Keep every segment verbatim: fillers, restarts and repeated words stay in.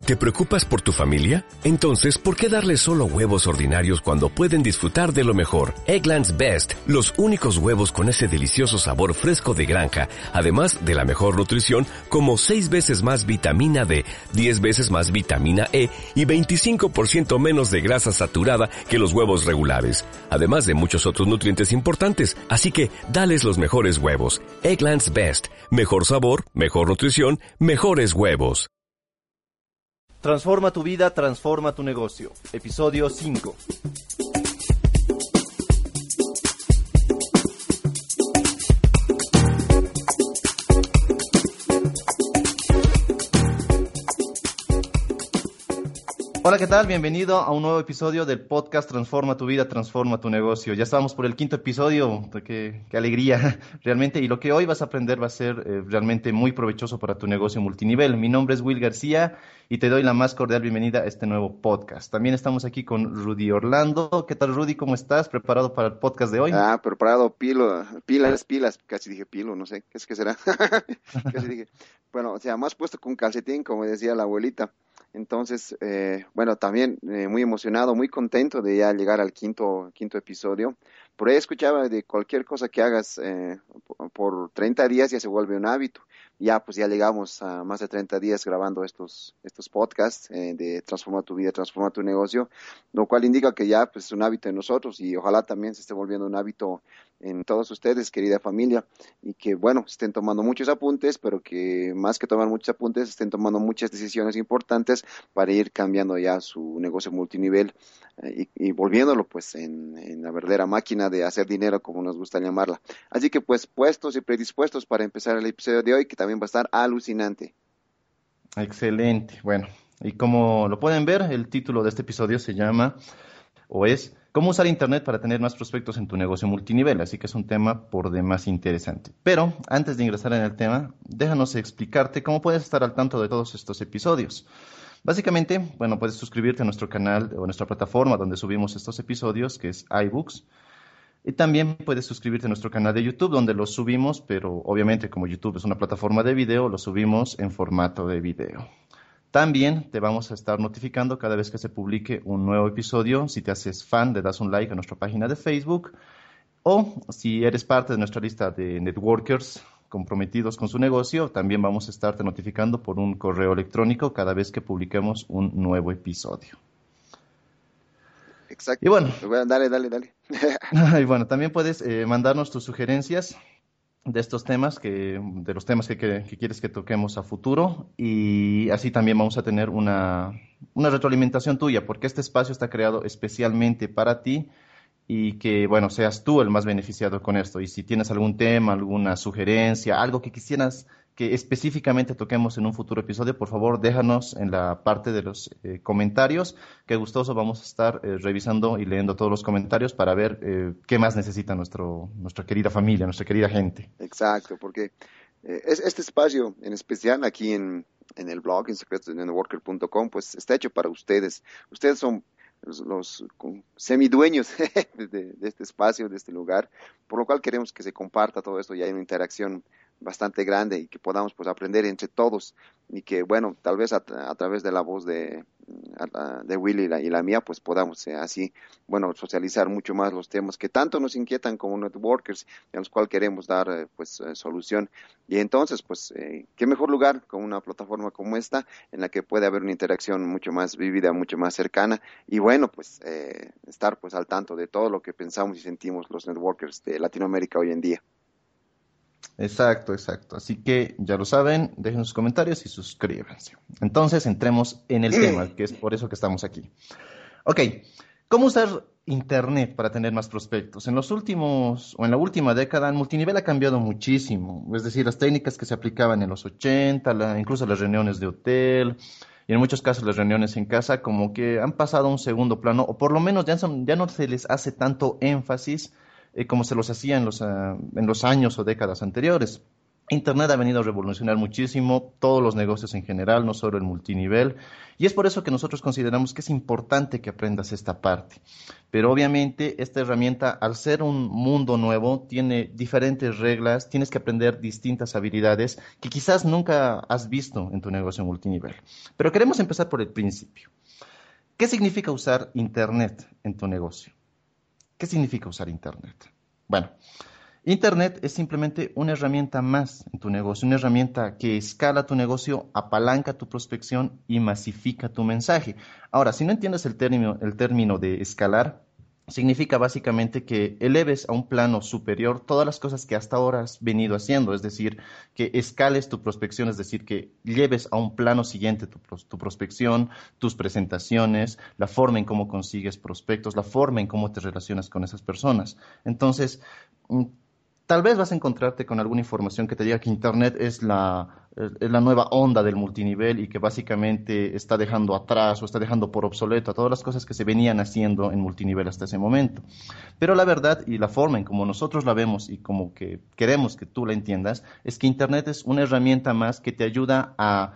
¿Te preocupas por tu familia? Entonces, ¿por qué darles solo huevos ordinarios cuando pueden disfrutar de lo mejor? Eggland's Best, los únicos huevos con ese delicioso sabor fresco de granja, además de la mejor nutrición, como seis veces más vitamina D, diez veces más vitamina E y veinticinco por ciento menos de grasa saturada que los huevos regulares, además de muchos otros nutrientes importantes. Así que, dales los mejores huevos. Eggland's Best, mejor sabor, mejor nutrición, mejores huevos. Transforma tu vida, transforma tu negocio. Episodio cinco. Hola, ¿qué tal? Bienvenido a un nuevo episodio del podcast Transforma tu vida, transforma tu negocio. Ya estamos por el quinto episodio, qué, qué alegría realmente. Y lo que hoy vas a aprender va a ser eh, realmente muy provechoso para tu negocio multinivel. Mi nombre es Will García y te doy la más cordial bienvenida a este nuevo podcast. También estamos aquí con Rudy Orlando. ¿Qué tal, Rudy? ¿Cómo estás? ¿Preparado para el podcast de hoy? Ah, preparado, pilo, pilas, pilas, casi dije pilo, no sé, ¿qué es que será? Casi dije, bueno, o sea, más puesto con calcetín, como decía la abuelita. Entonces, eh, bueno, también eh, muy emocionado, muy contento de ya llegar al quinto, quinto episodio. Por ahí escuchaba de cualquier cosa que hagas eh, por treinta días ya se vuelve un hábito. Ya, pues ya llegamos a más de treinta días grabando estos, estos podcasts eh, de Transforma tu vida, transforma tu negocio, lo cual indica que ya pues, es un hábito en nosotros y ojalá también se esté volviendo un hábito en todos ustedes, querida familia, y que, bueno, estén tomando muchos apuntes, pero que más que tomar muchos apuntes, estén tomando muchas decisiones importantes para ir cambiando ya su negocio multinivel eh, y, y volviéndolo pues en, en la verdadera máquina de hacer dinero, como nos gusta llamarla. Así que pues puestos y predispuestos para empezar el episodio de hoy, que también va a estar alucinante. Excelente. Bueno, y como lo pueden ver, el título de este episodio se llama, o es, ¿cómo usar Internet para tener más prospectos en tu negocio multinivel? Así que es un tema por demás interesante. Pero antes de ingresar en el tema, déjanos explicarte cómo puedes estar al tanto de todos estos episodios. Básicamente, bueno, puedes suscribirte a nuestro canal o a nuestra plataforma donde subimos estos episodios, que es iBooks. Y también puedes suscribirte a nuestro canal de YouTube, donde los subimos, pero obviamente como YouTube es una plataforma de video, lo subimos en formato de video. También te vamos a estar notificando cada vez que se publique un nuevo episodio. Si te haces fan, le das un like a nuestra página de Facebook. O si eres parte de nuestra lista de networkers comprometidos con su negocio, también vamos a estarte notificando por un correo electrónico cada vez que publiquemos un nuevo episodio. Exacto. Y bueno, dale, dale, dale. y bueno, también puedes eh, mandarnos tus sugerencias de estos temas, que, de los temas que, que, que quieres que toquemos a futuro, y así también vamos a tener una, una retroalimentación tuya, porque este espacio está creado especialmente para ti y que, bueno, seas tú el más beneficiado con esto. Y si tienes algún tema, alguna sugerencia, algo que quisieras que específicamente toquemos en un futuro episodio, por favor, déjanos en la parte de los eh, comentarios, que gustoso vamos a estar eh, revisando y leyendo todos los comentarios para ver eh, qué más necesita nuestro, nuestra querida familia, nuestra querida gente. Exacto, porque eh, es, este espacio en especial aquí en, en el blog, en secretos de networker punto com, pues está hecho para ustedes. Ustedes son los, los semidueños de, de, de este espacio, de este lugar, por lo cual queremos que se comparta todo esto y haya una interacción bastante grande y que podamos pues aprender entre todos y que bueno, tal vez a, a través de la voz de, de Willy y la, y la mía pues podamos eh, así, bueno, socializar mucho más los temas que tanto nos inquietan como networkers y a los cuales queremos dar eh, pues eh, solución. Y entonces pues eh, qué mejor lugar con una plataforma como esta en la que puede haber una interacción mucho más vívida, mucho más cercana y bueno pues eh, estar pues al tanto de todo lo que pensamos y sentimos los networkers de Latinoamérica hoy en día. Exacto, exacto. Así que ya lo saben, dejen sus comentarios y suscríbanse. Entonces entremos en el tema, que es por eso que estamos aquí. Ok, ¿cómo usar Internet para tener más prospectos? En los últimos, o en la última década, el multinivel ha cambiado muchísimo. Es decir, las técnicas que se aplicaban en los ochenta, la, incluso las reuniones de hotel, y en muchos casos las reuniones en casa, como que han pasado a un segundo plano, o por lo menos ya, son, ya no se les hace tanto énfasis eh, como se los hacía en los, uh, en los años o décadas anteriores. Internet ha venido a revolucionar muchísimo todos los negocios en general, no solo el multinivel, y es por eso que nosotros consideramos que es importante que aprendas esta parte. Pero obviamente esta herramienta, al ser un mundo nuevo, tiene diferentes reglas, tienes que aprender distintas habilidades que quizás nunca has visto en tu negocio multinivel. Pero queremos empezar por el principio. ¿Qué significa usar Internet en tu negocio? ¿Qué significa usar Internet? Bueno, Internet es simplemente una herramienta más en tu negocio, una herramienta que escala tu negocio, apalanca tu prospección y masifica tu mensaje. Ahora, si no entiendes el término, el término de escalar, significa básicamente que eleves a un plano superior todas las cosas que hasta ahora has venido haciendo, es decir, que escales tu prospección, es decir, que lleves a un plano siguiente tu, tu prospección, tus presentaciones, la forma en cómo consigues prospectos, la forma en cómo te relacionas con esas personas. Entonces, tal vez vas a encontrarte con alguna información que te diga que Internet es la, es la nueva onda del multinivel y que básicamente está dejando atrás o está dejando por obsoleto a todas las cosas que se venían haciendo en multinivel hasta ese momento. Pero la verdad y la forma en como nosotros la vemos y como que queremos que tú la entiendas es que Internet es una herramienta más que te ayuda a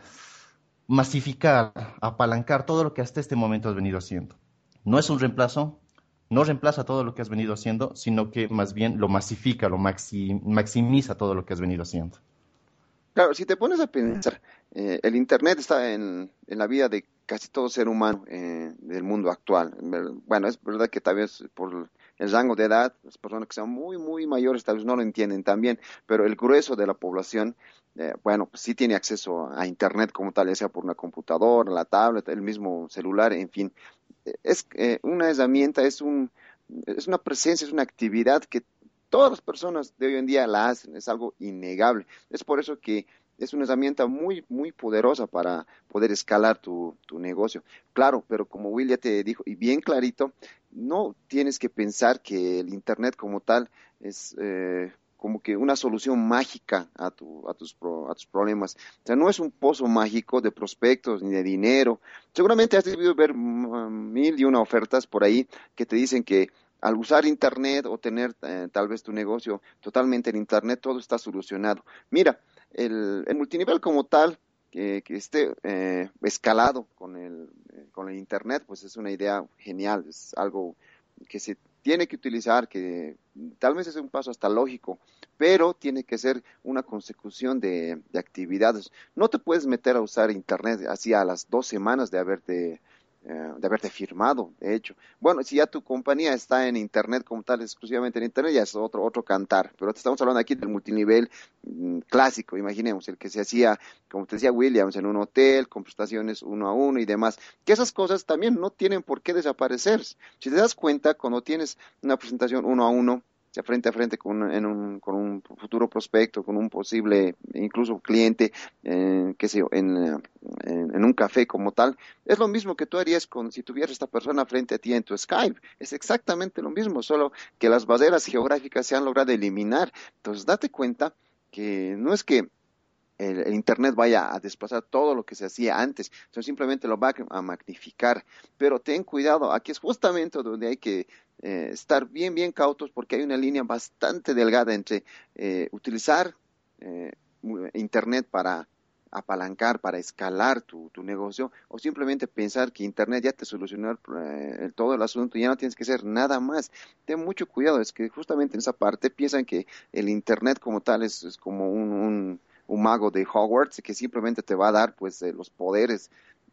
masificar, a apalancar todo lo que hasta este momento has venido haciendo. No es un reemplazo. No reemplaza todo lo que has venido haciendo, sino que más bien lo masifica, lo maxi, maximiza todo lo que has venido haciendo. Claro, si te pones a pensar, eh, el Internet está en, en la vida de casi todo ser humano eh, del mundo actual. Bueno, es verdad que tal vez por el rango de edad, las personas que son muy, muy mayores tal vez no lo entienden también, pero el grueso de la población, eh, bueno, pues sí tiene acceso a Internet como tal, ya sea por una computadora, la tablet, el mismo celular, en fin. Es eh, una herramienta, es, un, es una presencia, es una actividad que todas las personas de hoy en día la hacen, es algo innegable. Es por eso que es una herramienta muy, muy poderosa para poder escalar tu, tu negocio. Claro, pero como Will ya te dijo, y bien clarito, no tienes que pensar que el Internet como tal es eh, como que una solución mágica a, tu, a, tus pro, a tus problemas. O sea, no es un pozo mágico de prospectos ni de dinero. Seguramente has debido ver um, mil y una ofertas por ahí que te dicen que al usar Internet o tener eh, tal vez tu negocio totalmente en Internet, todo está solucionado. Mira, el, el multinivel como tal, eh, que esté eh, escalado con el, eh, con el Internet, pues es una idea genial, es algo que se tiene que utilizar, que tal vez es un paso hasta lógico, pero tiene que ser una consecución de, de actividades. No te puedes meter a usar Internet así a las dos semanas de haberte eh, de haberte firmado, de hecho. Bueno, si ya tu compañía está en Internet como tal, exclusivamente en Internet, ya es otro, otro cantar, pero te estamos hablando aquí del multinivel mmm, clásico, imaginemos, el que se hacía, como te decía Williams, en un hotel, con prestaciones uno a uno y demás, que esas cosas también no tienen por qué desaparecer. Si te das cuenta, cuando tienes una presentación uno a uno, sea, frente a frente con, en un, con un futuro prospecto, con un posible incluso cliente, eh, qué sé yo, en, en, en un café como tal, es lo mismo que tú harías con si tuvieras esta persona frente a ti en tu Skype, es exactamente lo mismo, solo que las barreras geográficas se han logrado eliminar. Entonces date cuenta que no es que el, el Internet vaya a desplazar todo lo que se hacía antes, sino simplemente lo va a magnificar, pero ten cuidado, aquí es justamente donde hay que eh, estar bien, bien cautos, porque hay una línea bastante delgada entre eh, utilizar eh, Internet para apalancar, para escalar tu, tu negocio, o simplemente pensar que Internet ya te solucionó eh, todo el asunto y ya no tienes que hacer nada más. Ten mucho cuidado, es que justamente en esa parte piensan que el Internet como tal es, es como un, un, un mago de Hogwarts que simplemente te va a dar pues eh, los poderes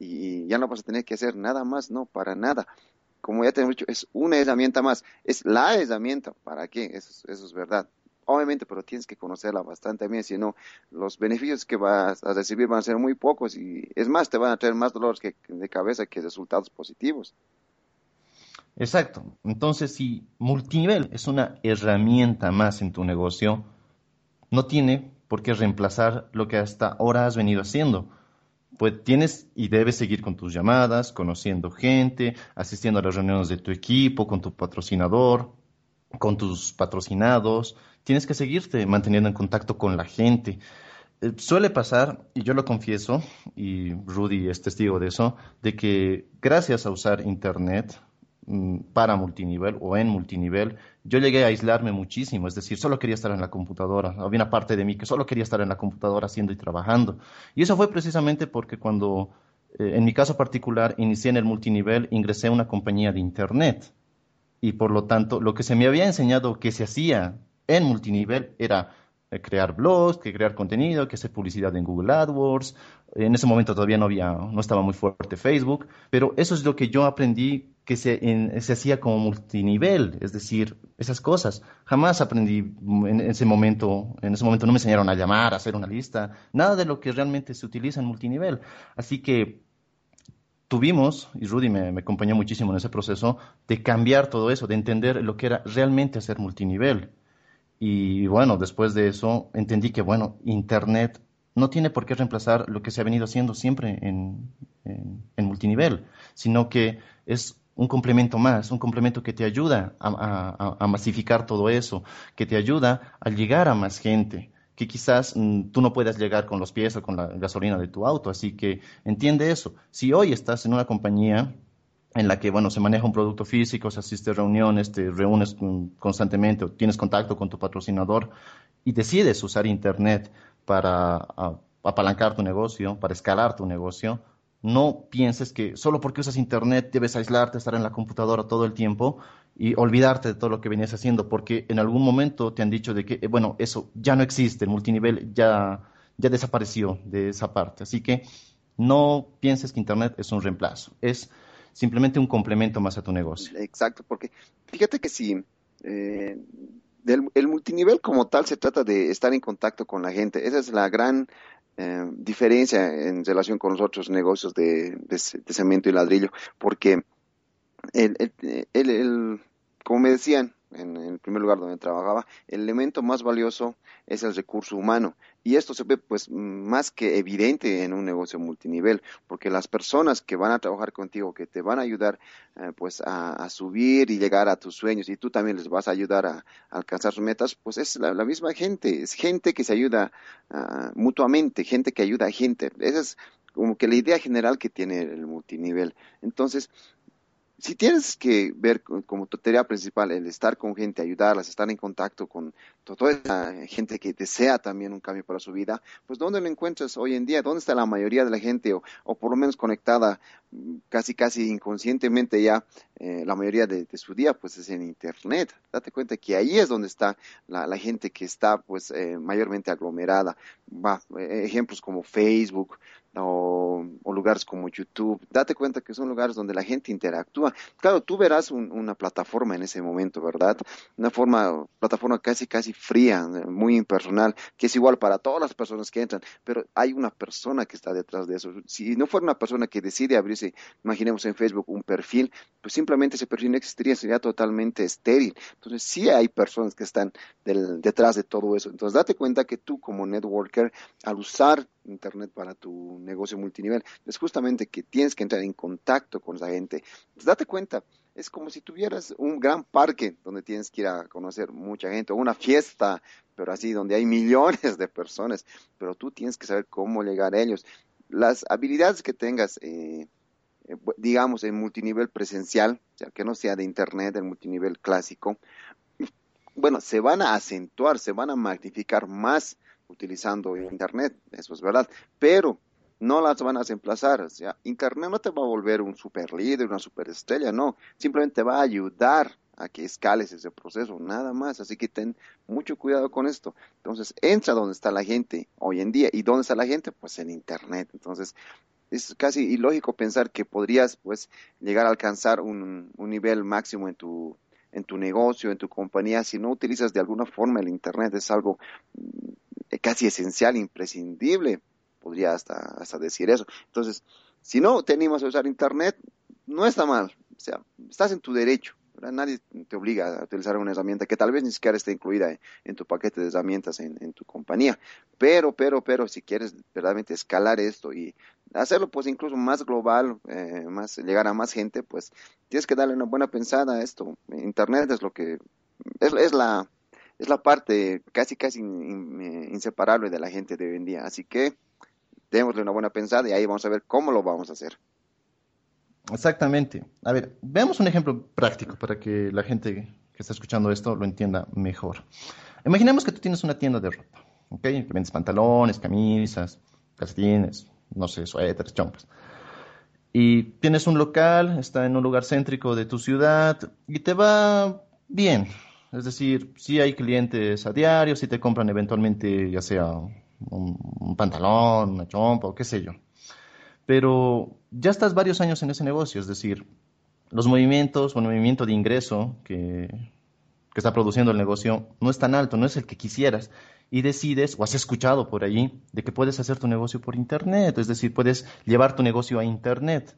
y ya no vas a tener que hacer nada más, no, para nada. Como ya te hemos dicho, es una herramienta más, es la herramienta, ¿para qué? Eso, eso es verdad. Obviamente, pero tienes que conocerla bastante bien, si no, los beneficios que vas a recibir van a ser muy pocos y es más, te van a traer más dolores que, de cabeza que resultados positivos. Exacto. Entonces, si multinivel es una herramienta más en tu negocio, no tiene por qué reemplazar lo que hasta ahora has venido haciendo. Pues tienes y debes seguir con tus llamadas, conociendo gente, asistiendo a las reuniones de tu equipo, con tu patrocinador, con tus patrocinados. Tienes que seguirte manteniendo en contacto con la gente. Eh, suele pasar, y yo lo confieso, y Rudy es testigo de eso, de que gracias a usar Internet, mm, para multinivel o en multinivel, yo llegué a aislarme muchísimo, es decir, solo quería estar en la computadora. Había una parte de mí que solo quería estar en la computadora haciendo y trabajando. Y eso fue precisamente porque cuando, eh, en mi caso particular, inicié en el multinivel, ingresé a una compañía de internet. Y por lo tanto, lo que se me había enseñado que se hacía en multinivel era eh, crear blogs, que crear contenido, que hacer publicidad en Google AdWords. En ese momento todavía no había, no estaba muy fuerte Facebook, pero eso es lo que yo aprendí que se, en- se hacía como multinivel, es decir, esas cosas. Jamás aprendí mm, en ese momento, en ese momento no me enseñaron a llamar, a hacer una lista, nada de lo que realmente se utiliza en multinivel. Así que tuvimos, y Rudy me, me acompañó muchísimo en ese proceso, de cambiar todo eso, de entender lo que era realmente hacer multinivel. Y bueno, después de eso entendí que, bueno, Internet no tiene por qué reemplazar lo que se ha venido haciendo siempre en, en- en multinivel, sino que es un complemento más, un complemento que te ayuda a, a- a- a masificar todo eso, que te ayuda a llegar a más gente, que quizás mm, tú no puedas llegar con los pies o con la gasolina de tu auto. Así que entiende eso. Si hoy estás en una compañía en la que, bueno, se maneja un producto físico, se asiste a reuniones, te reúnes mm, constantemente o tienes contacto con tu patrocinador y decides usar Internet para a- apalancar tu negocio, para escalar tu negocio, no pienses que solo porque usas Internet debes aislarte, estar en la computadora todo el tiempo y olvidarte de todo lo que venías haciendo, porque en algún momento te han dicho de que, eh, bueno, eso ya no existe, el multinivel ya, ya desapareció de esa parte. Así que no pienses que Internet es un reemplazo, es simplemente un complemento más a tu negocio. Exacto, porque fíjate que si eh, del, el multinivel como tal se trata de estar en contacto con la gente. Esa es la gran eh, diferencia en relación con los otros negocios de, de ce- de cemento y ladrillo, porque el, el, el- el- como me decían en, en el primer lugar donde trabajaba, el elemento más valioso es el recurso humano. Y esto se ve pues más que evidente en un negocio multinivel, porque las personas que van a trabajar contigo, que te van a ayudar eh, pues a, a subir y llegar a tus sueños, y tú también les vas a ayudar a, a alcanzar sus metas, pues es la, la misma gente, es gente que se ayuda ah, mutuamente, gente que ayuda a gente. Esa es como que la idea general que tiene el multinivel. Entonces, si tienes que ver co- como tu tarea principal el estar con gente, ayudarlas, estar en contacto con to- toda esa gente que desea también un cambio para su vida, pues ¿dónde lo encuentras hoy en día? ¿Dónde está la mayoría de la gente o, o por lo menos conectada mm, casi casi inconscientemente ya eh, la mayoría de, de su día? Pues es en Internet. Date cuenta que ahí es donde está la, la gente que está pues eh, mayormente aglomerada. Va, eh, ejemplos como Facebook, o, o lugares como YouTube. Date cuenta que son lugares donde la gente interactúa. Claro, tú verás un- una plataforma en ese momento, ¿verdad? Una forma, plataforma casi, casi fría, eh, muy impersonal, que es igual para todas las personas que entran, pero hay una persona que está detrás de eso. Si no fuera una persona que decide abrirse, imaginemos en Facebook un perfil, pues simplemente ese perfil no existiría, sería totalmente estéril. Entonces, sí hay personas que están del- detrás de todo eso. Entonces, date cuenta que tú como networker, al usar Internet para tu negocio multinivel, es justamente que tienes que entrar en contacto con esa gente. Pues date cuenta, es como si tuvieras un gran parque donde tienes que ir a conocer mucha gente, o una fiesta, pero así, donde hay millones de personas, pero tú tienes que saber cómo llegar a ellos. Las habilidades que tengas, eh, eh, bu- digamos, en multinivel presencial, o sea, que no sea de Internet, el multinivel clásico, bueno, se van a acentuar, se van a magnificar más utilizando Internet, eso es verdad, pero no las van a reemplazar. O sea, Internet no te va a volver un super líder, una superestrella, no, simplemente te va a ayudar a que escales ese proceso, nada más. Así que ten mucho cuidado con esto. Entonces, entra donde está la gente hoy en día. ¿Y dónde está la gente? Pues en Internet. Entonces, es casi ilógico pensar que podrías pues llegar a alcanzar un, un nivel máximo en tu en tu negocio, en tu compañía, si no utilizas de alguna forma el Internet, es algo mm, casi esencial, imprescindible, podría hasta, hasta decir eso. Entonces, si no te animas a usar Internet, no está mal, o sea, estás en tu derecho, ¿verdad? Nadie te obliga a utilizar una herramienta que tal vez ni siquiera esté incluida en, en tu paquete de herramientas en, en tu compañía, pero, pero, pero, si quieres verdaderamente escalar esto y hacerlo pues incluso más global, eh, más llegar a más gente, pues tienes que darle una buena pensada a esto. Internet es lo que es, es la es la parte casi casi in- in- inseparable de la gente de hoy en día. Así que démosle una buena pensada y ahí vamos a ver cómo lo vamos a hacer. Exactamente. A ver, veamos un ejemplo práctico para que la gente que está escuchando esto lo entienda mejor. Imaginemos que tú tienes una tienda de ropa, ¿ok? Que vendes pantalones, camisas, calcetines, no sé, suéteres, chompas. Y tienes un local, está en un lugar céntrico de tu ciudad y te va bien. Es decir, si hay clientes a diario, si te compran eventualmente, ya sea un, un pantalón, una chompa o qué sé yo. Pero ya estás varios años en ese negocio, es decir, los movimientos o el movimiento de ingreso que, que está produciendo el negocio no es tan alto, no es el que quisieras. Y decides, o has escuchado por allí, de que puedes hacer tu negocio por Internet, es decir, puedes llevar tu negocio a Internet.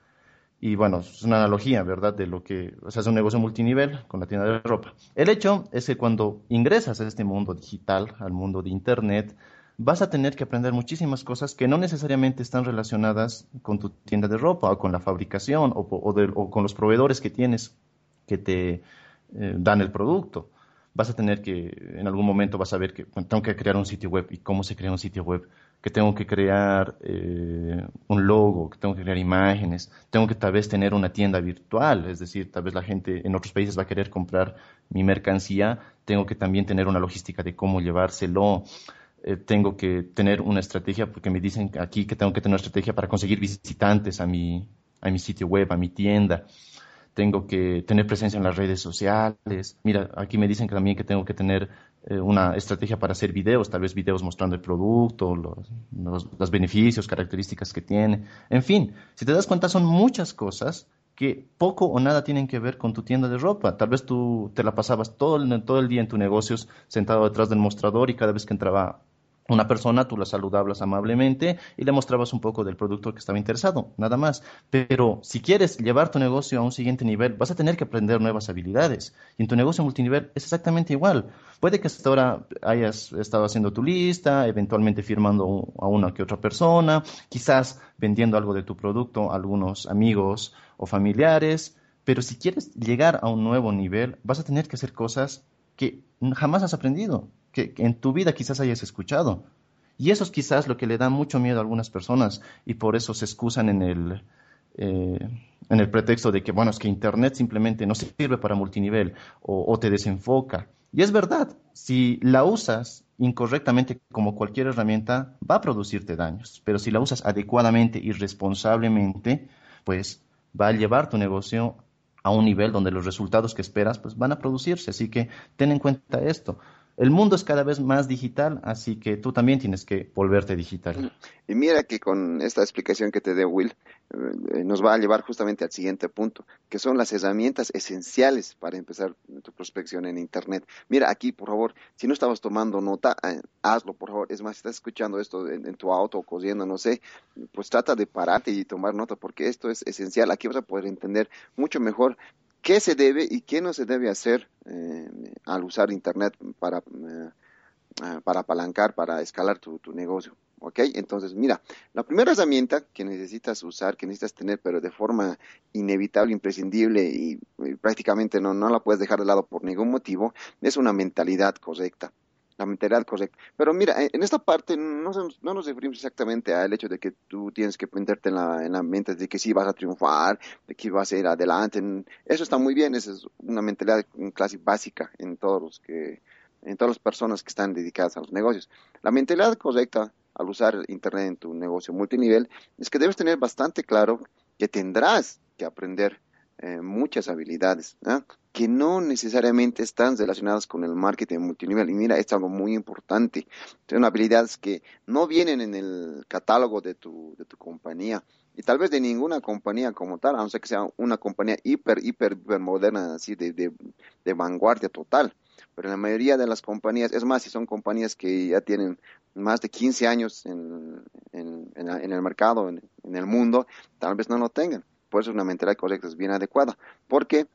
Y bueno, es una analogía, ¿verdad? De lo que, o sea, es un negocio multinivel con la tienda de ropa. El hecho es que cuando ingresas a este mundo digital, al mundo de Internet, vas a tener que aprender muchísimas cosas que no necesariamente están relacionadas con tu tienda de ropa o con la fabricación o, o de- o con los proveedores que tienes que te eh, dan el producto. Vas a tener que, en algún momento vas a ver que bueno, tengo que crear un sitio web. ¿Y cómo se crea un sitio web? Que tengo que crear eh, un logo, que tengo que crear imágenes, tengo que tal vez tener una tienda virtual, es decir, tal vez la gente en otros países va a querer comprar mi mercancía, tengo que también tener una logística de cómo llevárselo, eh, tengo que tener una estrategia, porque me dicen aquí que tengo que tener una estrategia para conseguir visitantes a mi, a mi sitio web, a mi tienda, tengo que tener presencia en las redes sociales. Mira, aquí me dicen que también que tengo que tener eh, una estrategia para hacer videos, tal vez videos mostrando el producto, los, los, los beneficios, características que tiene. En fin, si te das cuenta, son muchas cosas que poco o nada tienen que ver con tu tienda de ropa. Tal vez tú te la pasabas todo el, todo el día en tus negocios sentado detrás del mostrador y cada vez que entraba una persona, tú la saludabas amablemente y le mostrabas un poco del producto que estaba interesado, nada más. Pero si quieres llevar tu negocio a un siguiente nivel, vas a tener que aprender nuevas habilidades. Y en tu negocio multinivel es exactamente igual. Puede que hasta ahora hayas estado haciendo tu lista, eventualmente firmando a una que otra persona, quizás vendiendo algo de tu producto a algunos amigos o familiares. Pero si quieres llegar a un nuevo nivel, vas a tener que hacer cosas que jamás has aprendido, que, que en tu vida quizás hayas escuchado. Y eso es quizás lo que le da mucho miedo a algunas personas y por eso se excusan en el, eh, en el pretexto de que, bueno, es que Internet simplemente no sirve para multinivel o, o te desenfoca. Y es verdad, si la usas incorrectamente como cualquier herramienta, va a producirte daños, pero si la usas adecuadamente y responsablemente, pues va a llevar tu negocio a un nivel donde los resultados que esperas pues van a producirse. Así que ten en cuenta esto. El mundo es cada vez más digital, así que tú también tienes que volverte digital. Y mira que con esta explicación que te dé Will, eh, nos va a llevar justamente al siguiente punto, que son las herramientas esenciales para empezar tu prospección en Internet. Mira, aquí, por favor, si no estabas tomando nota, eh, hazlo, por favor. Es más, si estás escuchando esto en, en tu auto o cosiendo, no sé, pues trata de pararte y tomar nota, porque esto es esencial. Aquí vas a poder entender mucho mejor qué se debe y qué no se debe hacer eh, al usar Internet para... eh, ah, para apalancar, para escalar tu, tu negocio. ¿Ok? Entonces, mira, la primera herramienta que necesitas usar, que necesitas tener, pero de forma inevitable, imprescindible y, y prácticamente no, no la puedes dejar de lado por ningún motivo, es una mentalidad correcta. La mentalidad correcta. Pero mira, en esta parte no, se- no nos referimos exactamente al hecho de que tú tienes que prenderte en la, en la mente de que sí vas a triunfar, de que vas a ir adelante. Eso está muy bien, esa es una mentalidad casi básica en todos los que en todas las personas que están dedicadas a los negocios. La mentalidad correcta al usar Internet en tu negocio multinivel es que debes tener bastante claro que tendrás que aprender eh, muchas habilidades, ¿eh? Que no necesariamente están relacionadas con el marketing multinivel. Y mira, esto es algo muy importante. Son habilidades que no vienen en el catálogo de tu, de tu compañía y tal vez de ninguna compañía como tal, a no ser que sea una compañía hiper, hiper, hiper moderna, así de, de, de vanguardia total. Pero en la mayoría de las compañías, es más, si son compañías que ya tienen más de quince años en, en, en, en el mercado, en, en, el mundo, tal vez no lo tengan. Por eso una mentalidad correcta es bien adecuada. Porque,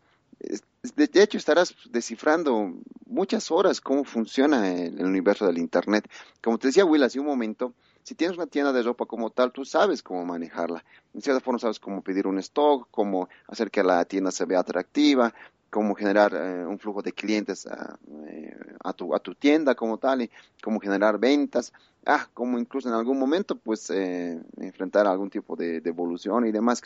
de hecho, estarás descifrando muchas horas cómo funciona el, el universo del Internet. Como te decía Will hace un momento, si tienes una tienda de ropa como tal, tú sabes cómo manejarla. En cierta forma sabes cómo pedir un stock, cómo hacer que la tienda se vea atractiva, cómo generar eh, un flujo de clientes a, eh, a, tu, a tu tienda como tal, y cómo generar ventas, ah, cómo incluso en algún momento pues eh, enfrentar algún tipo de, de evolución y demás, que son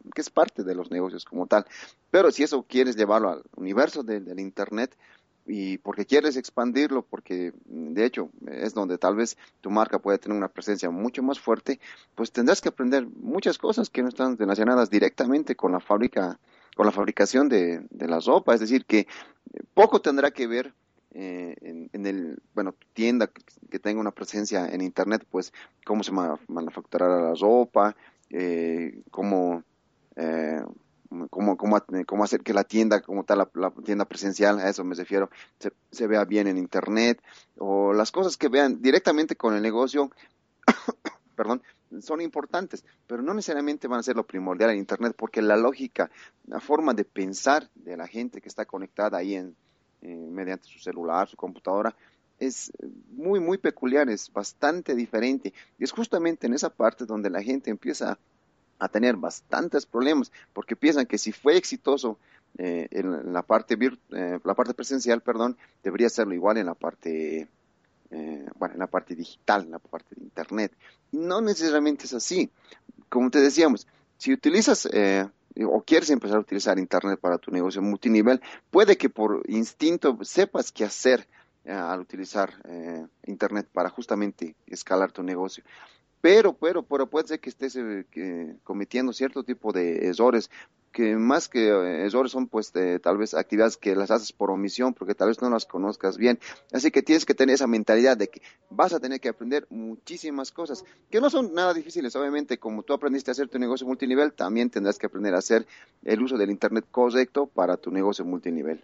que es parte de los negocios como tal. Pero si eso quieres llevarlo al universo de, del Internet, y porque quieres expandirlo, porque de hecho es donde tal vez tu marca puede tener una presencia mucho más fuerte, pues tendrás que aprender muchas cosas que no están relacionadas directamente con la fábrica, con la fabricación de, de la ropa. Es decir, que poco tendrá que ver eh, en, en el, bueno, tu tienda que, que tenga una presencia en Internet, pues cómo se ma- manufacturará la ropa, eh, cómo... Eh, cómo, cómo, cómo hacer que la tienda como tal, la, la tienda presencial, a eso me refiero, se, se vea bien en Internet, o las cosas que vean directamente con el negocio, perdón, son importantes, pero no necesariamente van a ser lo primordial en Internet, porque la lógica, la forma de pensar de la gente que está conectada ahí en, eh, mediante su celular, su computadora, es muy, muy peculiar, es bastante diferente, y es justamente en esa parte donde la gente empieza a tener bastantes problemas, porque piensan que si fue exitoso eh, en la parte vir, eh, la parte presencial, perdón, debería serlo igual en la parte eh, bueno, en la parte digital, en la parte de Internet. Y no necesariamente es así. Como te decíamos, si utilizas eh, o quieres empezar a utilizar Internet para tu negocio multinivel, puede que por instinto sepas qué hacer eh, al utilizar eh, Internet para justamente escalar tu negocio. Pero, pero, pero puede ser que estés eh, que, cometiendo cierto tipo de errores, que más que eh, errores son pues de, tal vez actividades que las haces por omisión, porque tal vez no las conozcas bien. Así que tienes que tener esa mentalidad de que vas a tener que aprender muchísimas cosas, que no son nada difíciles. Obviamente, como tú aprendiste a hacer tu negocio multinivel, también tendrás que aprender a hacer el uso del Internet correcto para tu negocio multinivel.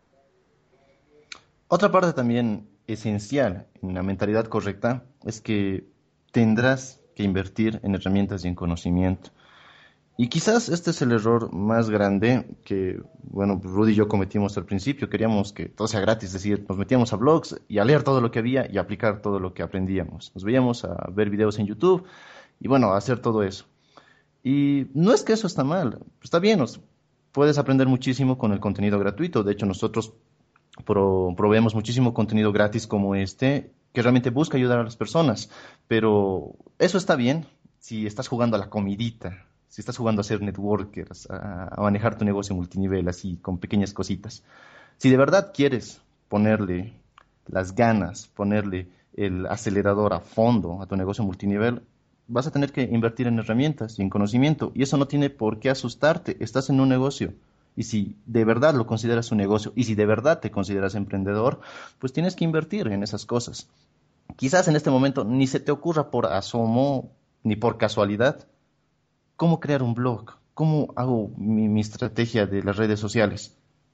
Otra parte también esencial en la mentalidad correcta es que tendrás que invertir en herramientas y en conocimiento. Y quizás este es el error más grande que, bueno, Rudy y yo cometimos al principio. Queríamos que todo sea gratis, es decir, nos metíamos a blogs y a leer todo lo que había y a aplicar todo lo que aprendíamos. Nos veíamos a ver videos en YouTube y, bueno, a hacer todo eso. Y no es que eso está mal, está bien, nos, puedes aprender muchísimo con el contenido gratuito. De hecho, nosotros pro, proveemos muchísimo contenido gratis como este, que realmente busca ayudar a las personas. Pero eso está bien si estás jugando a la comidita, si estás jugando a ser networkers, a, a manejar tu negocio multinivel, así, con pequeñas cositas. Si de verdad quieres ponerle las ganas, ponerle el acelerador a fondo a tu negocio multinivel, vas a tener que invertir en herramientas y en conocimiento. Y eso no tiene por qué asustarte. Estás en un negocio. Y si de verdad lo consideras un negocio y si de verdad te consideras emprendedor, pues tienes que invertir en esas cosas. Quizás en este momento ni se te ocurra por asomo ni por casualidad cómo crear un blog, cómo hago mi, mi estrategia de las redes sociales.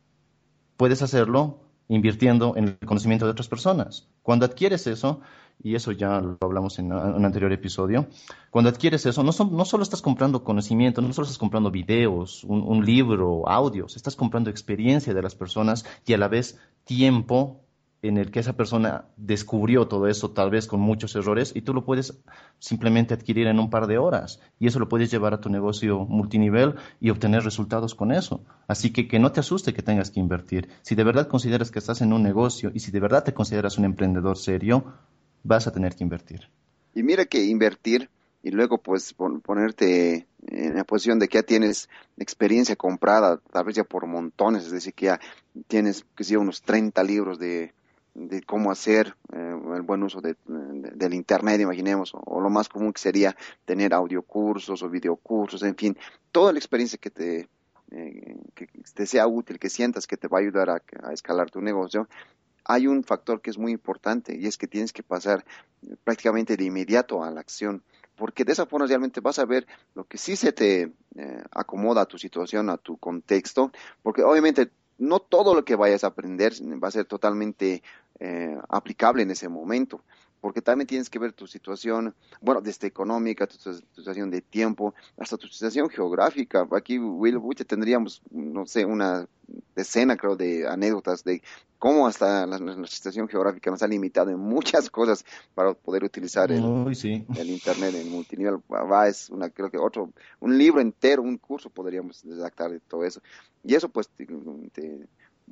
Puedes hacerlo invirtiendo en el conocimiento de otras personas. Cuando adquieres eso, y eso ya lo hablamos en un anterior episodio, cuando adquieres eso, no, son, no solo estás comprando conocimiento, no solo estás comprando videos, un, un libro, audios, estás comprando experiencia de las personas y a la vez tiempo en el que esa persona descubrió todo eso, tal vez con muchos errores, y tú lo puedes simplemente adquirir en un par de horas. Y eso lo puedes llevar a tu negocio multinivel y obtener resultados con eso. Así que que no te asuste que tengas que invertir. Si de verdad consideras que estás en un negocio y si de verdad te consideras un emprendedor serio, vas a tener que invertir. Y mira que invertir y luego pues pon, ponerte en la posición de que ya tienes experiencia comprada, tal vez ya por montones, es decir, que ya tienes, que sé, unos treinta libros de, de cómo hacer eh, el buen uso de, de, del Internet, imaginemos, o, o lo más común que sería tener audiocursos o videocursos, en fin, toda la experiencia que te, eh, que te sea útil, que sientas que te va a ayudar a, a escalar tu negocio. Hay un factor que es muy importante y es que tienes que pasar prácticamente de inmediato a la acción, porque de esa forma realmente vas a ver lo que sí se te eh, acomoda a tu situación, a tu contexto, porque obviamente no todo lo que vayas a aprender va a ser totalmente eh, aplicable en ese momento, porque también tienes que ver tu situación, bueno, desde económica, tu, tu situación de tiempo, hasta tu situación geográfica. Aquí, Will, tendríamos, no sé, una decena, creo, de anécdotas de cómo hasta la, la situación geográfica nos ha limitado en muchas cosas para poder utilizar el, Uy, sí. el Internet en multinivel. Va, es una, creo que otro, un libro entero, un curso podríamos redactar de todo eso. Y eso, pues, te, te, bueno,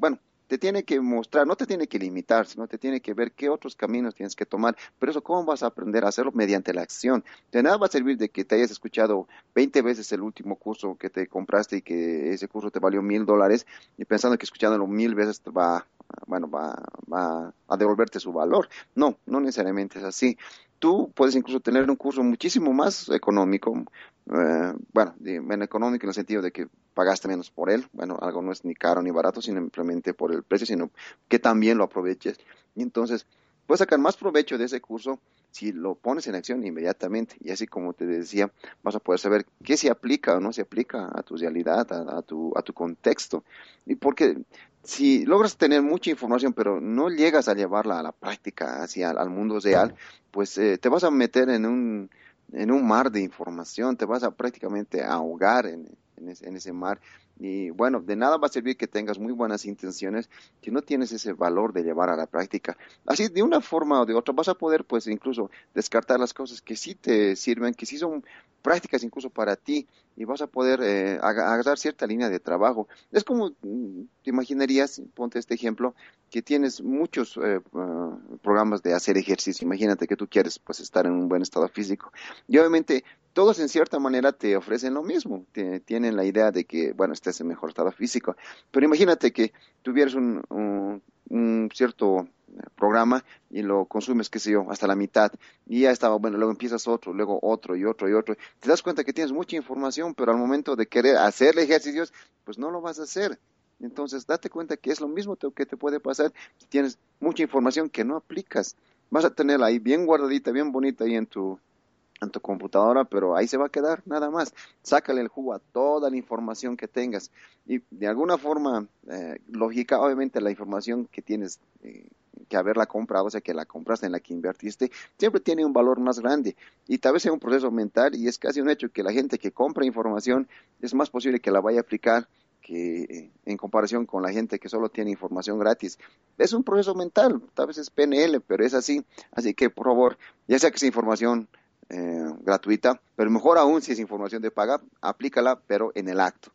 te tiene que mostrar, no te tiene que limitar, sino te tiene que ver qué otros caminos tienes que tomar. Pero eso, ¿cómo vas a aprender a hacerlo? Mediante la acción. De nada va a servir de que te hayas escuchado veinte veces el último curso que te compraste y que ese curso te valió mil dólares y pensando que escuchándolo mil veces te va, bueno, va, va a devolverte su valor. No, no necesariamente es así. Tú puedes incluso tener un curso muchísimo más económico, eh, bueno, de, bueno, económico en el sentido de que pagaste menos por él. Bueno, algo no es ni caro ni barato, simplemente por el precio, sino que también lo aproveches. Y entonces, puedes sacar más provecho de ese curso si lo pones en acción inmediatamente. Y así como te decía, vas a poder saber qué se aplica o no se aplica a tu realidad, a, a tu, a tu contexto. Y porque si logras tener mucha información, pero no llegas a llevarla a la práctica, hacia al mundo real, pues eh, te vas a meter en un, en un mar de información, te vas a prácticamente ahogar en, en, ese, en ese mar. Y bueno, de nada va a servir que tengas muy buenas intenciones si no tienes ese valor de llevar a la práctica. Así, de una forma o de otra, vas a poder pues incluso descartar las cosas que sí te sirven, que sí son prácticas incluso para ti, y vas a poder eh, agarrar cierta línea de trabajo. Es como, te imaginarías, ponte este ejemplo, que tienes muchos eh, uh, programas de hacer ejercicio. Imagínate que tú quieres pues estar en un buen estado físico. Y obviamente todos en cierta manera te ofrecen lo mismo, te, tienen la idea de que, bueno, estés en mejor estado físico. Pero imagínate que tuvieras un, un, un cierto programa y lo consumes, qué sé yo, hasta la mitad, y ya estaba, bueno, luego empiezas otro, luego otro y otro y otro. Te das cuenta que tienes mucha información, pero al momento de querer hacer ejercicios, pues no lo vas a hacer. Entonces, date cuenta que es lo mismo que te puede pasar si tienes mucha información que no aplicas. Vas a tenerla ahí bien guardadita, bien bonita ahí en tu en tu computadora, pero ahí se va a quedar, nada más. Sácale el jugo a toda la información que tengas. Y de alguna forma eh, lógica, obviamente la información que tienes eh, que haberla comprado, o sea, que la compraste, en la que invertiste, siempre tiene un valor más grande. Y tal vez sea un proceso mental, y es casi un hecho que la gente que compra información es más posible que la vaya a aplicar que eh, en comparación con la gente que solo tiene información gratis. Es un proceso mental, tal vez es P N L, pero es así. Así que, por favor, ya sea que sea información Eh, gratuita, pero mejor aún si es información de paga, aplícala, pero en el acto.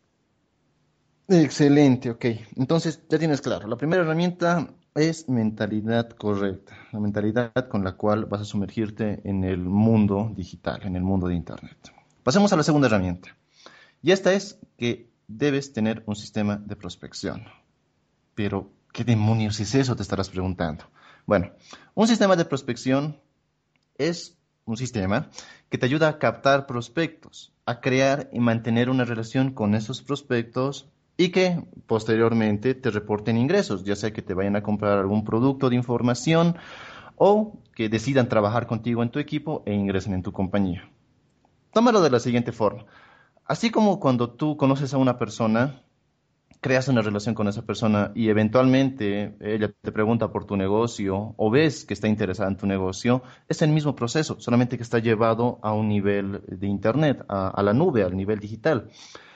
Excelente, ok. Entonces, ya tienes claro. La primera herramienta es mentalidad correcta, la mentalidad con la cual vas a sumergirte en el mundo digital, en el mundo de Internet. Pasemos a la segunda herramienta. Y esta es que debes tener un sistema de prospección. Pero, ¿qué demonios es eso? Te estarás preguntando. Bueno, un sistema de prospección es un sistema que te ayuda a captar prospectos, a crear y mantener una relación con esos prospectos y que posteriormente te reporten ingresos, ya sea que te vayan a comprar algún producto de información o que decidan trabajar contigo en tu equipo e ingresen en tu compañía. Tómalo de la siguiente forma. Así como cuando tú conoces a una persona, creas una relación con esa persona y eventualmente ella te pregunta por tu negocio o ves que está interesada en tu negocio, es el mismo proceso, solamente que está llevado a un nivel de Internet, a, a la nube, al nivel digital.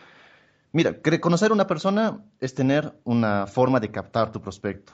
Mira, conocer a una persona es tener una forma de captar tu prospecto.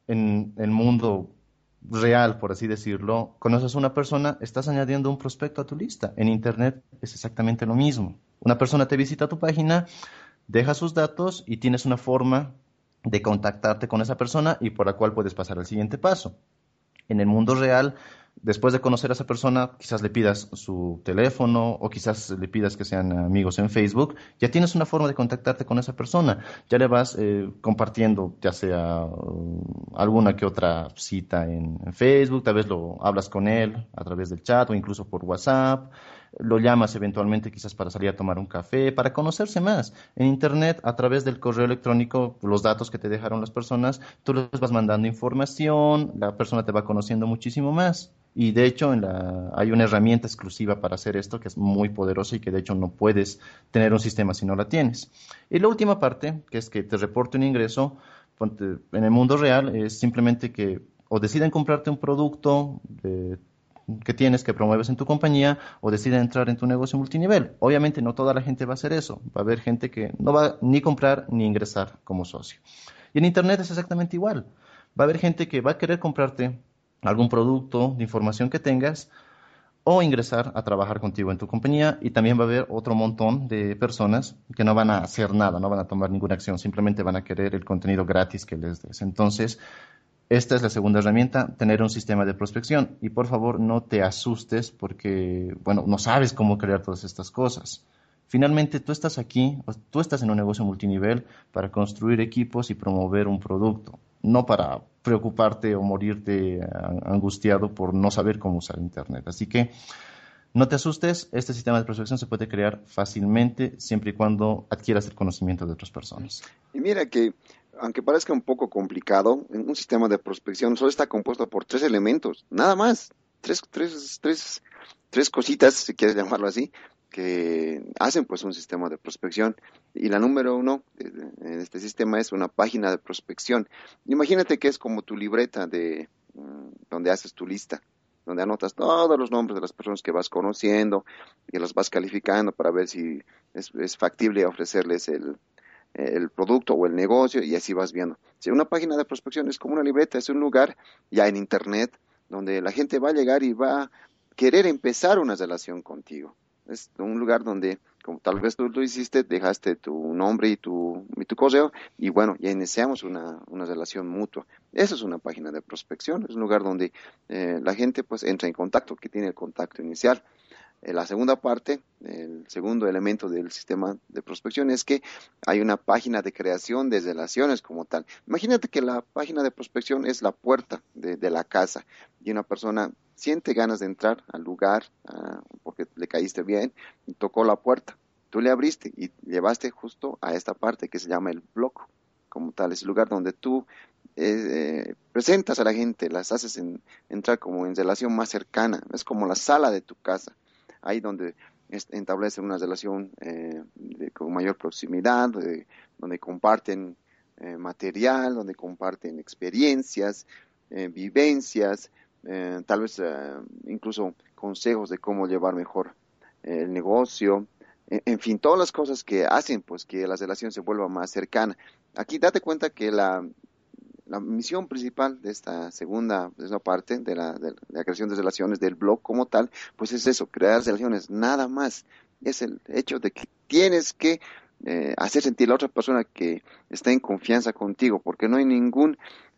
En el mundo real, por así decirlo, conoces a una persona, estás añadiendo un prospecto a tu lista. En Internet es exactamente lo mismo. Una persona te visita tu página, deja sus datos y tienes una forma de contactarte con esa persona y por la cual puedes pasar al siguiente paso. En el mundo real, después de conocer a esa persona, quizás le pidas su teléfono o quizás le pidas que sean amigos en Facebook. Ya tienes una forma de contactarte con esa persona. Ya le vas eh, compartiendo, ya sea uh, alguna que otra cita en, en Facebook, tal vez lo hablas con él a través del chat o incluso por WhatsApp. Lo llamas eventualmente quizás para salir a tomar un café, para conocerse más. En Internet, a través del correo electrónico, los datos que te dejaron las personas, tú les vas mandando información, la persona te va conociendo muchísimo más. Y de hecho, en la, hay una herramienta exclusiva para hacer esto que es muy poderosa y que de hecho no puedes tener un sistema si no la tienes. Y la última parte, que es que te reporte un ingreso, ponte, en el mundo real es simplemente que o deciden comprarte un producto de que tienes, que promueves en tu compañía, o deciden entrar en tu negocio multinivel. Obviamente no toda la gente va a hacer eso. Va a haber gente que no va ni comprar ni ingresar como socio. Y en Internet es exactamente igual. Va a haber gente que va a querer comprarte algún producto de información que tengas, o ingresar a trabajar contigo en tu compañía, y también va a haber otro montón de personas que no van a hacer nada, no van a tomar ninguna acción, simplemente van a querer el contenido gratis que les des. Entonces, esta es la segunda herramienta, tener un sistema de prospección. Y por favor, no te asustes porque, bueno, no sabes cómo crear todas estas cosas. Finalmente, tú estás aquí, tú estás en un negocio multinivel para construir equipos y promover un producto, no para preocuparte o morirte angustiado por no saber cómo usar Internet. Así que no te asustes, este sistema de prospección se puede crear fácilmente siempre y cuando adquieras el conocimiento de otras personas. Y mira que, aunque parezca un poco complicado, un sistema de prospección solo está compuesto por tres elementos, nada más, tres, tres, tres, tres cositas, si quieres llamarlo así, que hacen pues un sistema de prospección. Y la número uno en este sistema es una página de prospección. Imagínate que es como tu libreta de donde haces tu lista, donde anotas todos los nombres de las personas que vas conociendo y las vas calificando para ver si es, es factible ofrecerles el, el producto o el negocio, y así vas viendo. Si una página de prospección es como una libreta, es un lugar ya en Internet donde la gente va a llegar y va a querer empezar una relación contigo. Es un lugar donde, como tal vez tú lo hiciste, dejaste tu nombre y tu, y tu correo, y bueno, ya iniciamos una, una relación mutua. Esa es una página de prospección, es un lugar donde eh, la gente pues entra en contacto, que tiene el contacto inicial. Eh, la segunda parte, el segundo elemento del sistema de prospección es que hay una página de creación de relaciones como tal. Imagínate que la página de prospección es la puerta de, de la casa, y una persona siente ganas de entrar al lugar uh, porque le caíste bien y tocó la puerta. Tú le abriste y llevaste justo a esta parte que se llama el blog como tal. Es el lugar donde tú eh, presentas a la gente, las haces en, entrar como en relación más cercana. Es como la sala de tu casa, ahí donde establecen una relación eh, de, con mayor proximidad, de, donde comparten eh, material, donde comparten experiencias, eh, vivencias, eh, tal vez eh, incluso consejos de cómo llevar mejor eh, el negocio, en, en fin, todas las cosas que hacen pues que la relación se vuelva más cercana. Aquí date cuenta que la La misión principal de esta segunda, de esta parte de la, de la creación de relaciones del blog como tal, pues es eso, crear relaciones, nada más. Es el hecho de que tienes que eh, hacer sentir a la otra persona que está en confianza contigo, porque no hay ningún,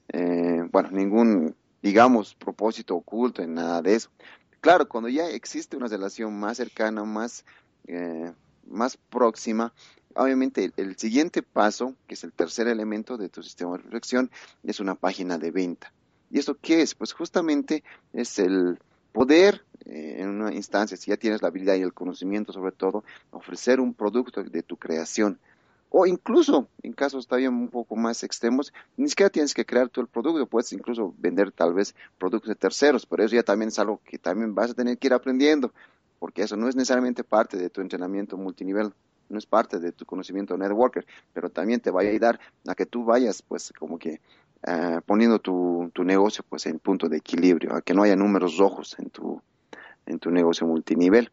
eh, bueno, ningún, digamos, propósito oculto en nada de eso. Claro, cuando ya existe una relación más cercana, más, eh, más próxima, obviamente el, el siguiente paso, que es el tercer elemento de tu sistema de reflexión, es una página de venta. ¿Y eso qué es? Pues justamente es el poder, eh, en una instancia, si ya tienes la habilidad y el conocimiento sobre todo, ofrecer un producto de tu creación. O incluso, en casos también un poco más extremos, ni siquiera tienes que crear tú el producto, puedes incluso vender tal vez productos de terceros, pero eso ya también es algo que también vas a tener que ir aprendiendo, porque eso no es necesariamente parte de tu entrenamiento multinivel, no es parte de tu conocimiento networker, pero también te va a ayudar a que tú vayas pues como que uh, poniendo tu, tu negocio pues en punto de equilibrio, a que no haya números rojos en tu, en tu negocio multinivel.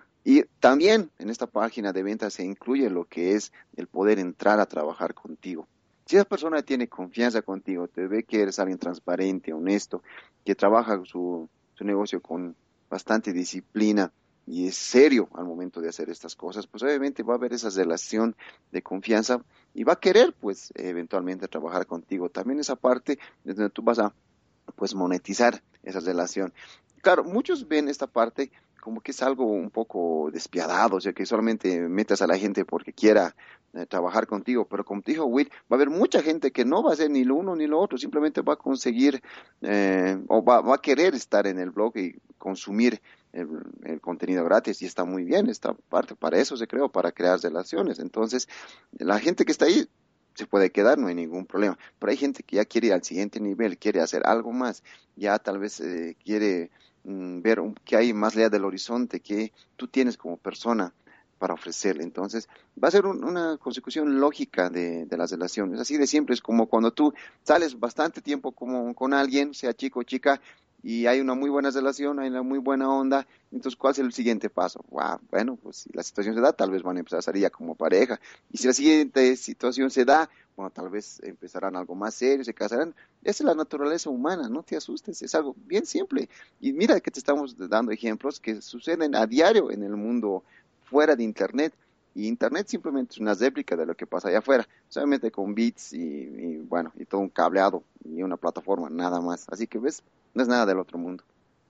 Y también en esta página de ventas se incluye lo que es el poder entrar a trabajar contigo. Si esa persona tiene confianza contigo, te ve que eres alguien transparente, honesto, que trabaja su, su negocio con bastante disciplina y es serio al momento de hacer estas cosas, pues obviamente va a haber esa relación de confianza y va a querer pues eventualmente trabajar contigo. También esa parte es donde tú vas a pues monetizar esa relación. Claro, muchos ven esta parte como que es algo un poco despiadado, o sea, que solamente metas a la gente porque quiera eh, trabajar contigo, pero como te dijo Will, va a haber mucha gente que no va a hacer ni lo uno ni lo otro, simplemente va a conseguir eh, o va, va a querer estar en el blog y consumir el, el contenido gratis, y está muy bien, esta parte para eso se creó, para crear relaciones. Entonces, la gente que está ahí se puede quedar, no hay ningún problema, pero hay gente que ya quiere ir al siguiente nivel, quiere hacer algo más, ya tal vez eh, quiere ver qué hay más allá del horizonte que tú tienes como persona para ofrecerle. Entonces va a ser un, una consecución lógica de, de las relaciones, así de siempre. Es como cuando tú sales bastante tiempo como, con alguien, sea chico o chica, y hay una muy buena relación, hay una muy buena onda, entonces, ¿cuál es el siguiente paso? Wow, bueno, pues si la situación se da, tal vez van a empezar a salir ya como pareja, y si la siguiente situación se da, bueno, tal vez empezarán algo más serio, se casarán. Esa es la naturaleza humana, no te asustes, es algo bien simple. Y mira que te estamos dando ejemplos que suceden a diario en el mundo fuera de Internet. Y Internet simplemente es una réplica de lo que pasa allá afuera, solamente con bits y, y bueno, y todo un cableado y una plataforma, nada más. Así que ves, no es nada del otro mundo.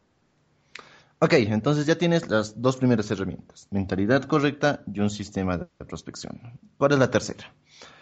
Ok, entonces ya tienes las dos primeras herramientas, mentalidad correcta y un sistema de prospección. ¿Cuál es la tercera?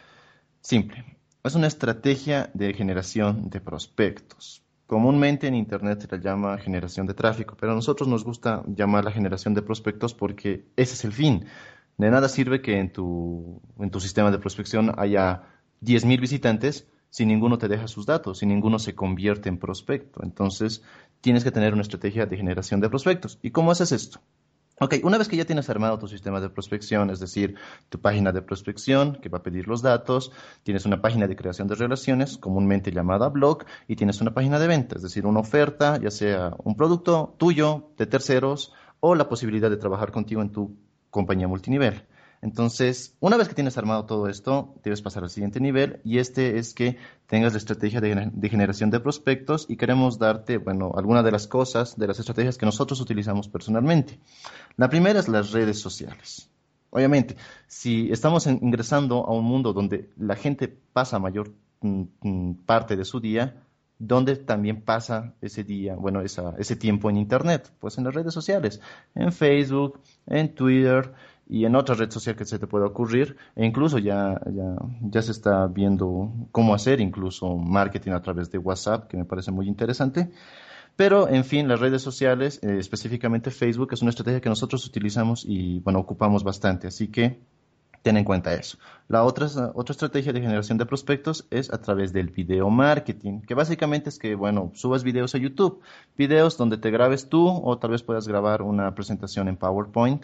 Simple. Es una estrategia de generación de prospectos. Comúnmente en Internet se la llama generación de tráfico, pero a nosotros nos gusta llamarla generación de prospectos porque ese es el fin. De nada sirve que en tu, en tu sistema de prospección haya diez mil visitantes si ninguno te deja sus datos, si ninguno se convierte en prospecto. Entonces, tienes que tener una estrategia de generación de prospectos. ¿Y cómo haces esto? Ok, una vez que ya tienes armado tu sistema de prospección, es decir, tu página de prospección que va a pedir los datos, tienes una página de creación de relaciones, comúnmente llamada blog, y tienes una página de venta, es decir, una oferta, ya sea un producto tuyo, de terceros, o la posibilidad de trabajar contigo en tu compañía multinivel. Entonces, una vez que tienes armado todo esto, debes pasar al siguiente nivel y este es que tengas la estrategia de, de generación de prospectos y queremos darte, bueno, algunas de las cosas, de las estrategias que nosotros utilizamos personalmente. La primera es las redes sociales. Obviamente, si estamos en, ingresando a un mundo donde la gente pasa mayor mm, mm, parte de su día, ¿dónde también pasa ese día, bueno, esa, ese tiempo en Internet? Pues en las redes sociales, en Facebook, en Twitter y en otra red social que se te pueda ocurrir. E incluso ya, ya, ya se está viendo cómo hacer incluso marketing a través de WhatsApp, que me parece muy interesante. Pero, en fin, las redes sociales, eh, específicamente Facebook, es una estrategia que nosotros utilizamos y, bueno, ocupamos bastante. Así que ten en cuenta eso. La otra, otra estrategia de generación de prospectos es a través del video marketing, que básicamente es que, bueno, subas videos a YouTube, videos donde te grabes tú o tal vez puedas grabar una presentación en PowerPoint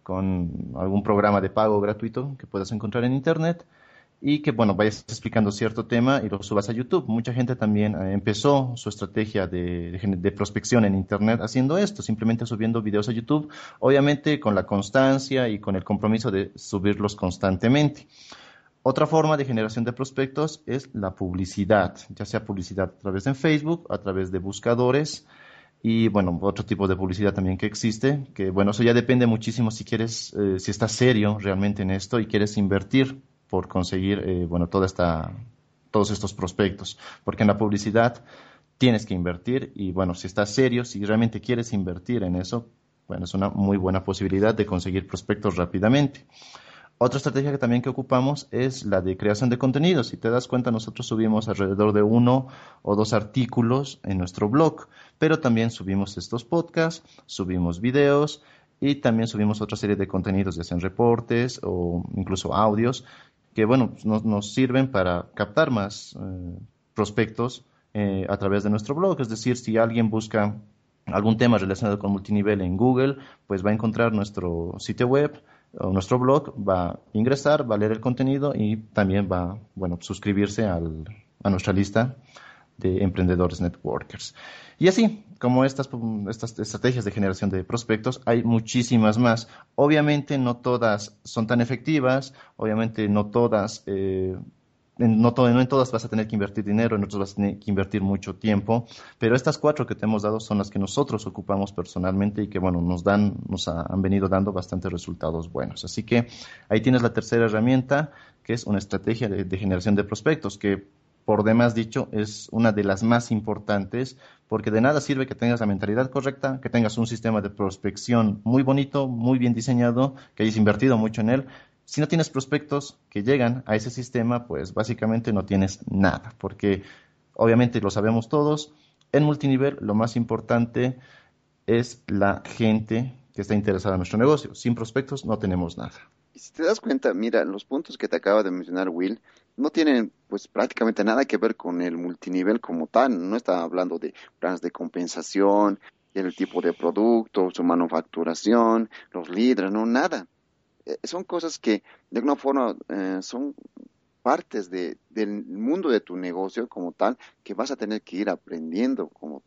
con algún programa de pago gratuito que puedas encontrar en Internet y que, bueno, vayas explicando cierto tema y lo subas a YouTube. Mucha gente también eh, empezó su estrategia de, de, de prospección en Internet haciendo esto, simplemente subiendo videos a YouTube, obviamente con la constancia y con el compromiso de subirlos constantemente. Otra forma de generación de prospectos es la publicidad, ya sea publicidad a través de Facebook, a través de buscadores y, bueno, otro tipo de publicidad también que existe, que, bueno, eso ya depende muchísimo si quieres, eh, si estás serio realmente en esto y quieres invertir por conseguir, eh, bueno, toda esta, todos estos prospectos. Porque en la publicidad tienes que invertir y, bueno, si estás serio, si realmente quieres invertir en eso, bueno, es una muy buena posibilidad de conseguir prospectos rápidamente. Otra estrategia que también que ocupamos es la de creación de contenidos. Si te das cuenta, nosotros subimos alrededor de uno o dos artículos en nuestro blog, pero también subimos estos podcasts, subimos videos y también subimos otra serie de contenidos, ya sean reportes o incluso audios, que, bueno, nos, nos sirven para captar más eh, prospectos eh, a través de nuestro blog. Es decir, si alguien busca algún tema relacionado con multinivel en Google, pues va a encontrar nuestro sitio web o nuestro blog, va a ingresar, va a leer el contenido y también va, bueno, suscribirse al, a nuestra lista de emprendedores networkers. Y así, como estas, estas estrategias de generación de prospectos, hay muchísimas más. Obviamente no todas son tan efectivas, obviamente no todas... Eh, No, todo, no en todas vas a tener que invertir dinero, en otras vas a tener que invertir mucho tiempo, pero estas cuatro que te hemos dado son las que nosotros ocupamos personalmente y que, bueno, nos dan, nos ha, han venido dando bastantes resultados buenos. Así que ahí tienes la tercera herramienta, que es una estrategia de, de generación de prospectos, que por demás dicho es una de las más importantes, porque de nada sirve que tengas la mentalidad correcta, que tengas un sistema de prospección muy bonito, muy bien diseñado, que hayas invertido mucho en él. Si no tienes prospectos que llegan a ese sistema, pues básicamente no tienes nada, porque obviamente lo sabemos todos, en multinivel lo más importante es la gente que está interesada en nuestro negocio. Sin prospectos no tenemos nada. Y si te das cuenta, mira, los puntos que te acaba de mencionar Will no tienen pues prácticamente nada que ver con el multinivel como tal. No está hablando de planes de compensación, el tipo de producto, su manufacturación, los líderes, no, nada. Son cosas que de alguna forma eh, son partes de, del mundo de tu negocio como tal, que vas a tener que ir aprendiendo como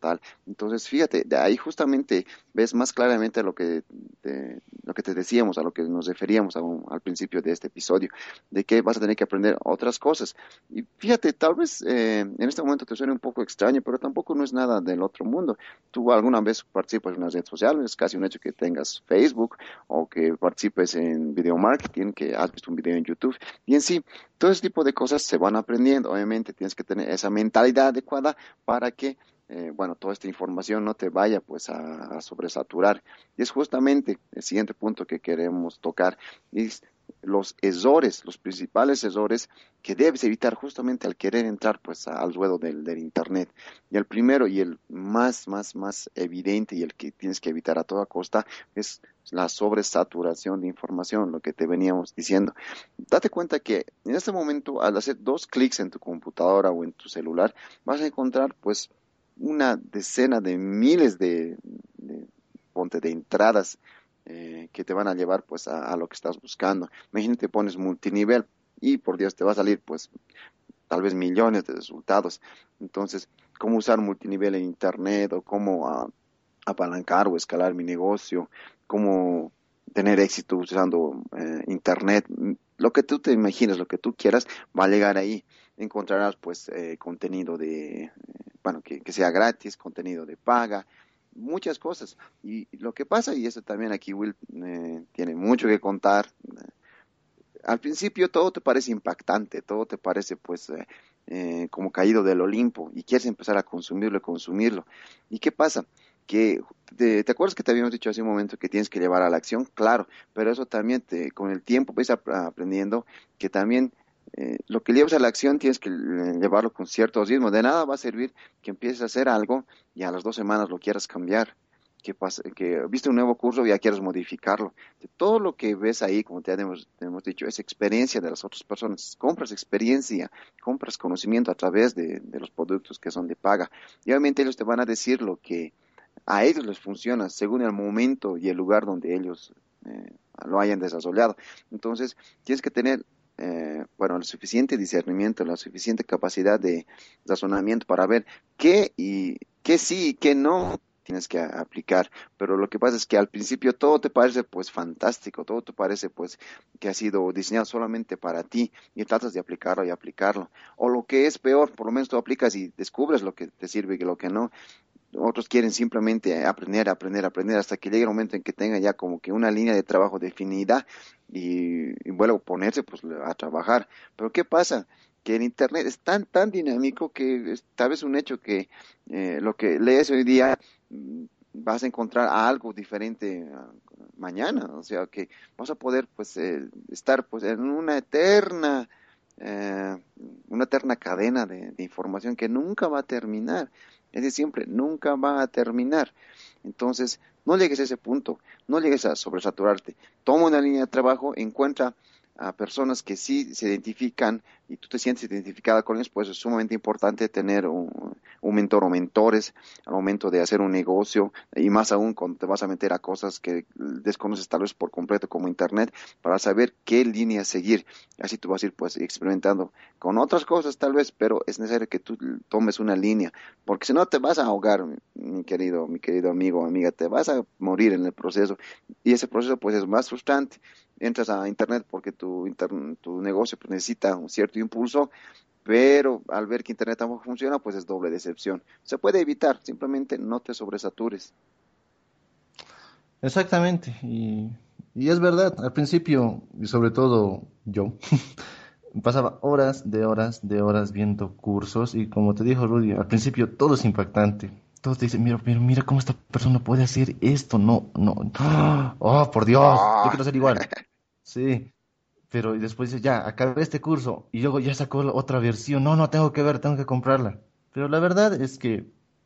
tal. Entonces, fíjate, de ahí justamente ves más claramente lo que te, lo que te decíamos, a lo que nos referíamos a un- al principio de este episodio, de que vas a tener que aprender otras cosas. Y fíjate, tal vez eh, en este momento te suene un poco extraño, pero tampoco no es nada del otro mundo. Tú alguna vez participas en una red social, es casi un hecho que tengas Facebook o que participes en video marketing, que has visto un video en YouTube, y en sí, todo ese tipo de cosas se van aprendiendo. Obviamente tienes que tener esa mentalidad adecuada para que, eh, bueno, toda esta información no te vaya pues a, a sobresaturar. Y es justamente el siguiente punto que queremos tocar, es los errores, los principales errores que debes evitar justamente al querer entrar pues a- al ruedo del, del internet. Y el primero y el más, más, más evidente y el que tienes que evitar a toda costa es la sobresaturación de información, lo que te veníamos diciendo. Date cuenta que en este momento, al hacer dos clics en tu computadora o en tu celular, vas a encontrar pues una decena de miles de, de ponte de entradas eh, que te van a llevar pues a, a lo que estás buscando. Imagínate, pones multinivel y por Dios te va a salir pues tal vez millones de resultados. Entonces, cómo usar multinivel en internet o cómo ah, apalancar o escalar mi negocio, cómo tener éxito usando eh, internet, lo que tú te imagines, lo que tú quieras, va a llegar ahí. Encontrarás pues eh, contenido de, eh, bueno, que, que sea gratis, contenido de paga, muchas cosas. Y lo que pasa, y eso también aquí Will eh, tiene mucho que contar, al principio todo te parece impactante, todo te parece pues eh, eh, como caído del Olimpo y quieres empezar a consumirlo y consumirlo. ¿Y qué pasa? Que te, ¿te acuerdas que te habíamos dicho hace un momento que tienes que llevar a la acción? Claro, pero eso también te, con el tiempo ves ap- aprendiendo que también eh, lo que llevas a la acción tienes que eh, llevarlo con cierto ritmo. De nada va a servir que empieces a hacer algo y a las dos semanas lo quieras cambiar. Que, pasa, que viste un nuevo curso y ya quieres modificarlo. De todo lo que ves ahí, como te hemos, te hemos dicho, es experiencia de las otras personas. Compras experiencia, compras conocimiento a través de, de los productos que son de paga. Y obviamente ellos te van a decir lo que a ellos les funciona según el momento y el lugar donde ellos eh, lo hayan desarrollado. Entonces, tienes que tener eh, bueno, el suficiente discernimiento, la suficiente capacidad de razonamiento para ver qué y qué sí y qué no tienes que a- aplicar, pero lo que pasa es que al principio todo te parece pues fantástico, todo te parece pues que ha sido diseñado solamente para ti y tratas de aplicarlo y aplicarlo, o lo que es peor, por lo menos tú aplicas y descubres lo que te sirve y lo que no. Otros quieren simplemente aprender, aprender, aprender hasta que llegue el momento en que tenga ya como que una línea de trabajo definida y, y vuelvo a ponerse pues a trabajar. Pero ¿qué pasa? Que el Internet es tan, tan dinámico que es tal vez un hecho que eh, lo que lees hoy día mm, vas a encontrar algo diferente ah, mañana. O sea que vas a poder pues eh, estar pues en una eterna eh, una eterna cadena de, de información que nunca va a terminar. Es de siempre, nunca va a terminar. Entonces, no llegues a ese punto, no llegues a sobresaturarte. Toma una línea de trabajo, encuentra a personas que sí se identifican y tú te sientes identificada con ellos, pues es sumamente importante tener un, un mentor o mentores al momento de hacer un negocio y más aún cuando te vas a meter a cosas que desconoces tal vez por completo como internet para saber qué línea seguir. Así tú vas a ir pues experimentando con otras cosas tal vez, pero es necesario que tú tomes una línea, porque si no te vas a ahogar, mi, mi querido, mi querido amigo o amiga, te vas a morir en el proceso y ese proceso pues es más frustrante. Entras a internet porque tu, inter, tu negocio pues, necesita un cierto impulso, pero al ver que internet tampoco funciona, pues es doble decepción. Se puede evitar, simplemente no te sobresatures. Exactamente, y, y es verdad, al principio, y sobre todo yo, pasaba horas de horas de horas viendo cursos y como te dijo Rudy, al principio todo es impactante. Todos te dicen, mira, mira, mira cómo esta persona puede hacer esto. No, no. Oh, por Dios, yo Ah, quiero ser igual. Sí, pero y después dices, ya, acabé este curso y luego ya sacó la otra versión. No, no, tengo que ver, tengo que comprarla. Pero la verdad es que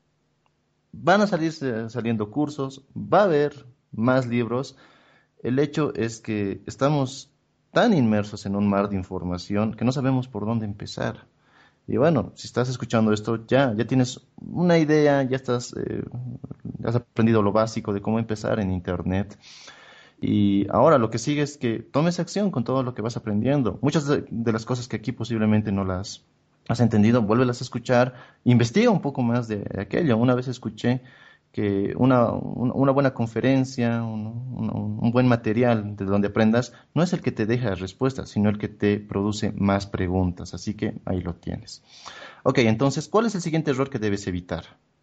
van a salir eh, saliendo cursos, va a haber más libros. El hecho es que estamos tan inmersos en un mar de información que no sabemos por dónde empezar. Y bueno, si estás escuchando esto, ya, ya tienes una idea, ya estás, eh, has aprendido lo básico de cómo empezar en Internet. Y ahora lo que sigue es que tomes acción con todo lo que vas aprendiendo. Muchas de, de las cosas que aquí posiblemente no las, ¿Has entendido? Vuélvelas a escuchar, investiga un poco más de aquello. Una vez escuché que una, un- una buena conferencia, un, un- un buen material de donde aprendas, no es el que te deja respuestas, sino el que te produce más preguntas. Así que ahí lo tienes. Ok, entonces, ¿cuál es el siguiente error que debes evitar?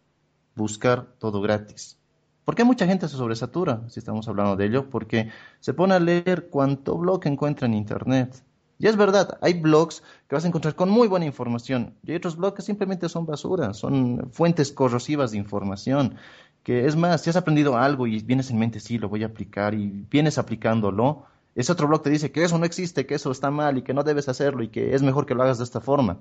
Buscar todo gratis. ¿Por qué mucha gente se sobresatura, si estamos hablando de ello? Porque se pone a leer cuánto blog encuentra en Internet. Y es verdad, hay blogs que vas a encontrar con muy buena información y hay otros blogs que simplemente son basura, son fuentes corrosivas de información. Que es más, si has aprendido algo y vienes en mente, sí, lo voy a aplicar y vienes aplicándolo, ese otro blog te dice que eso no existe, que eso está mal y que no debes hacerlo y que es mejor que lo hagas de esta forma.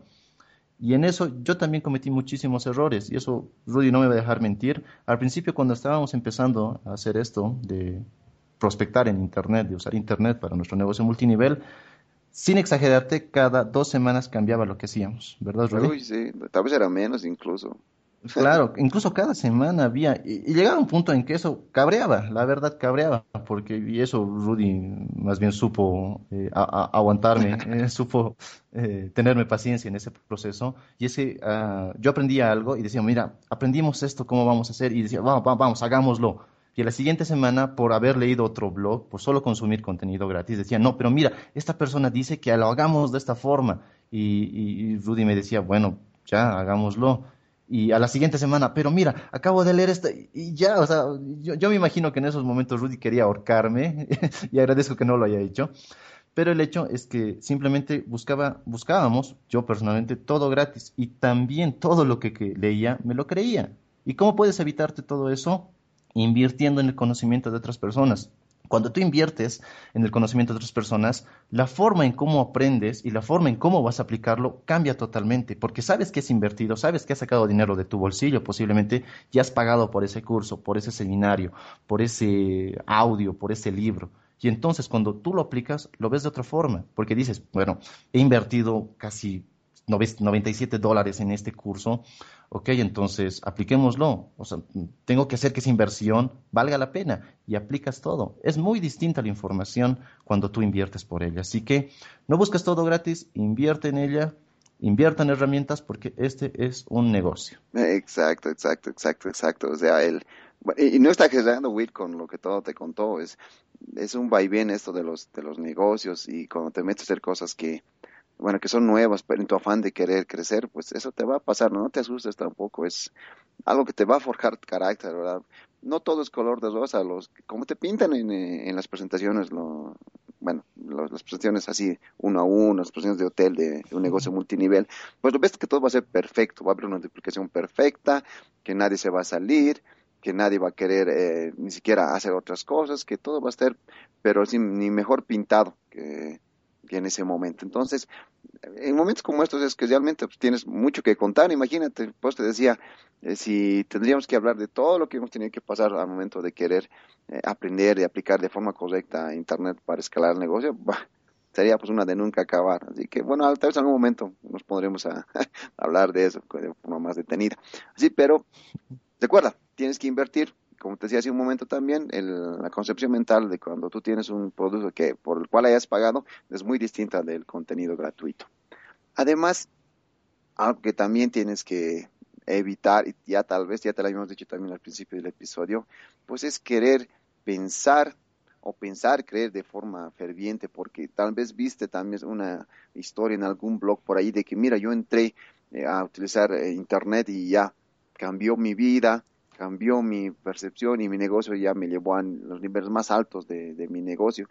Y en eso yo también cometí muchísimos errores, y eso Rudy no me va a dejar mentir. Al principio, cuando estábamos empezando a hacer esto de prospectar en Internet, de usar Internet para nuestro negocio multinivel, sin exagerarte, cada dos semanas cambiaba lo que hacíamos, ¿verdad, Rudy? Uy, sí, tal vez era menos incluso. Claro, incluso cada semana había, y, y llegaba un punto en que eso cabreaba, la verdad cabreaba, porque y eso Rudy más bien supo eh, a- a- aguantarme, eh, supo eh, tenerme paciencia en ese proceso, y es que ah, yo aprendía algo y decía, mira, aprendimos esto, ¿cómo vamos a hacer? Y decía, vamos, vamos, vamos, hagámoslo. Y a la siguiente semana, por haber leído otro blog, por solo consumir contenido gratis, decía, no, pero mira, esta persona dice que lo hagamos de esta forma. Y, y y Rudy me decía, bueno, ya, hagámoslo. Y a la siguiente semana, pero mira, acabo de leer esto y ya, o sea, yo, yo me imagino que en esos momentos Rudy quería ahorcarme y agradezco que no lo haya hecho, pero el hecho es que simplemente buscaba, buscábamos, yo personalmente, todo gratis y también todo lo que, que leía me lo creía. ¿Y cómo puedes evitarte todo eso? Invirtiendo en el conocimiento de otras personas. Cuando tú inviertes en el conocimiento de otras personas, la forma en cómo aprendes y la forma en cómo vas a aplicarlo cambia totalmente, porque sabes que has invertido, sabes que has sacado dinero de tu bolsillo, posiblemente ya has pagado por ese curso, por ese seminario, por ese audio, por ese libro. Y entonces cuando tú lo aplicas, lo ves de otra forma, porque dices, bueno, he invertido casi noventa y siete dólares en este curso, ok, entonces apliquémoslo. O sea, tengo que hacer que esa inversión valga la pena y aplicas todo. Es muy distinta la información cuando tú inviertes por ella. Así que no busques todo gratis, invierte en ella, invierta en herramientas porque este es un negocio. Exacto, exacto, exacto, exacto. O sea, él, y y no está exagerando Will con lo que todo te contó, es, es un vaivén esto de los, de los negocios y cuando te metes a hacer cosas que, bueno, que son nuevas, pero en tu afán de querer crecer, pues eso te va a pasar, ¿no? No te asustes tampoco, es algo que te va a forjar carácter, ¿verdad? No todo es color de rosa, los, como te pintan en, eh, en las presentaciones, lo, bueno, los- las presentaciones así, uno a uno, las presentaciones de hotel, de, de un negocio multinivel, pues lo ves que todo va a ser perfecto, va a haber una multiplicación perfecta, que nadie se va a salir, que nadie va a querer eh, ni siquiera hacer otras cosas, que todo va a estar, pero sin, ni mejor pintado que, que en ese momento. Entonces, en momentos como estos es que realmente pues, tienes mucho que contar, imagínate, pues te decía, eh, si tendríamos que hablar de todo lo que hemos tenido que pasar al momento de querer eh, aprender y aplicar de forma correcta Internet para escalar el negocio, bah, sería pues una de nunca acabar. Así que bueno, tal vez en algún momento nos pondremos a, a hablar de eso de forma más detenida. Sí, pero recuerda, tienes que invertir. Como te decía hace un momento también, el- la concepción mental de cuando tú tienes un producto que por el cual hayas pagado es muy distinta del contenido gratuito. Además, algo que también tienes que evitar, y ya tal vez, ya te lo habíamos dicho también al principio del episodio, pues es querer pensar o pensar, creer de forma ferviente, porque tal vez viste también una historia en algún blog por ahí de que, mira, yo entré eh, a utilizar eh, Internet y ya cambió mi vida, cambió mi percepción y mi negocio ya me llevó a los niveles más altos de, de mi negocio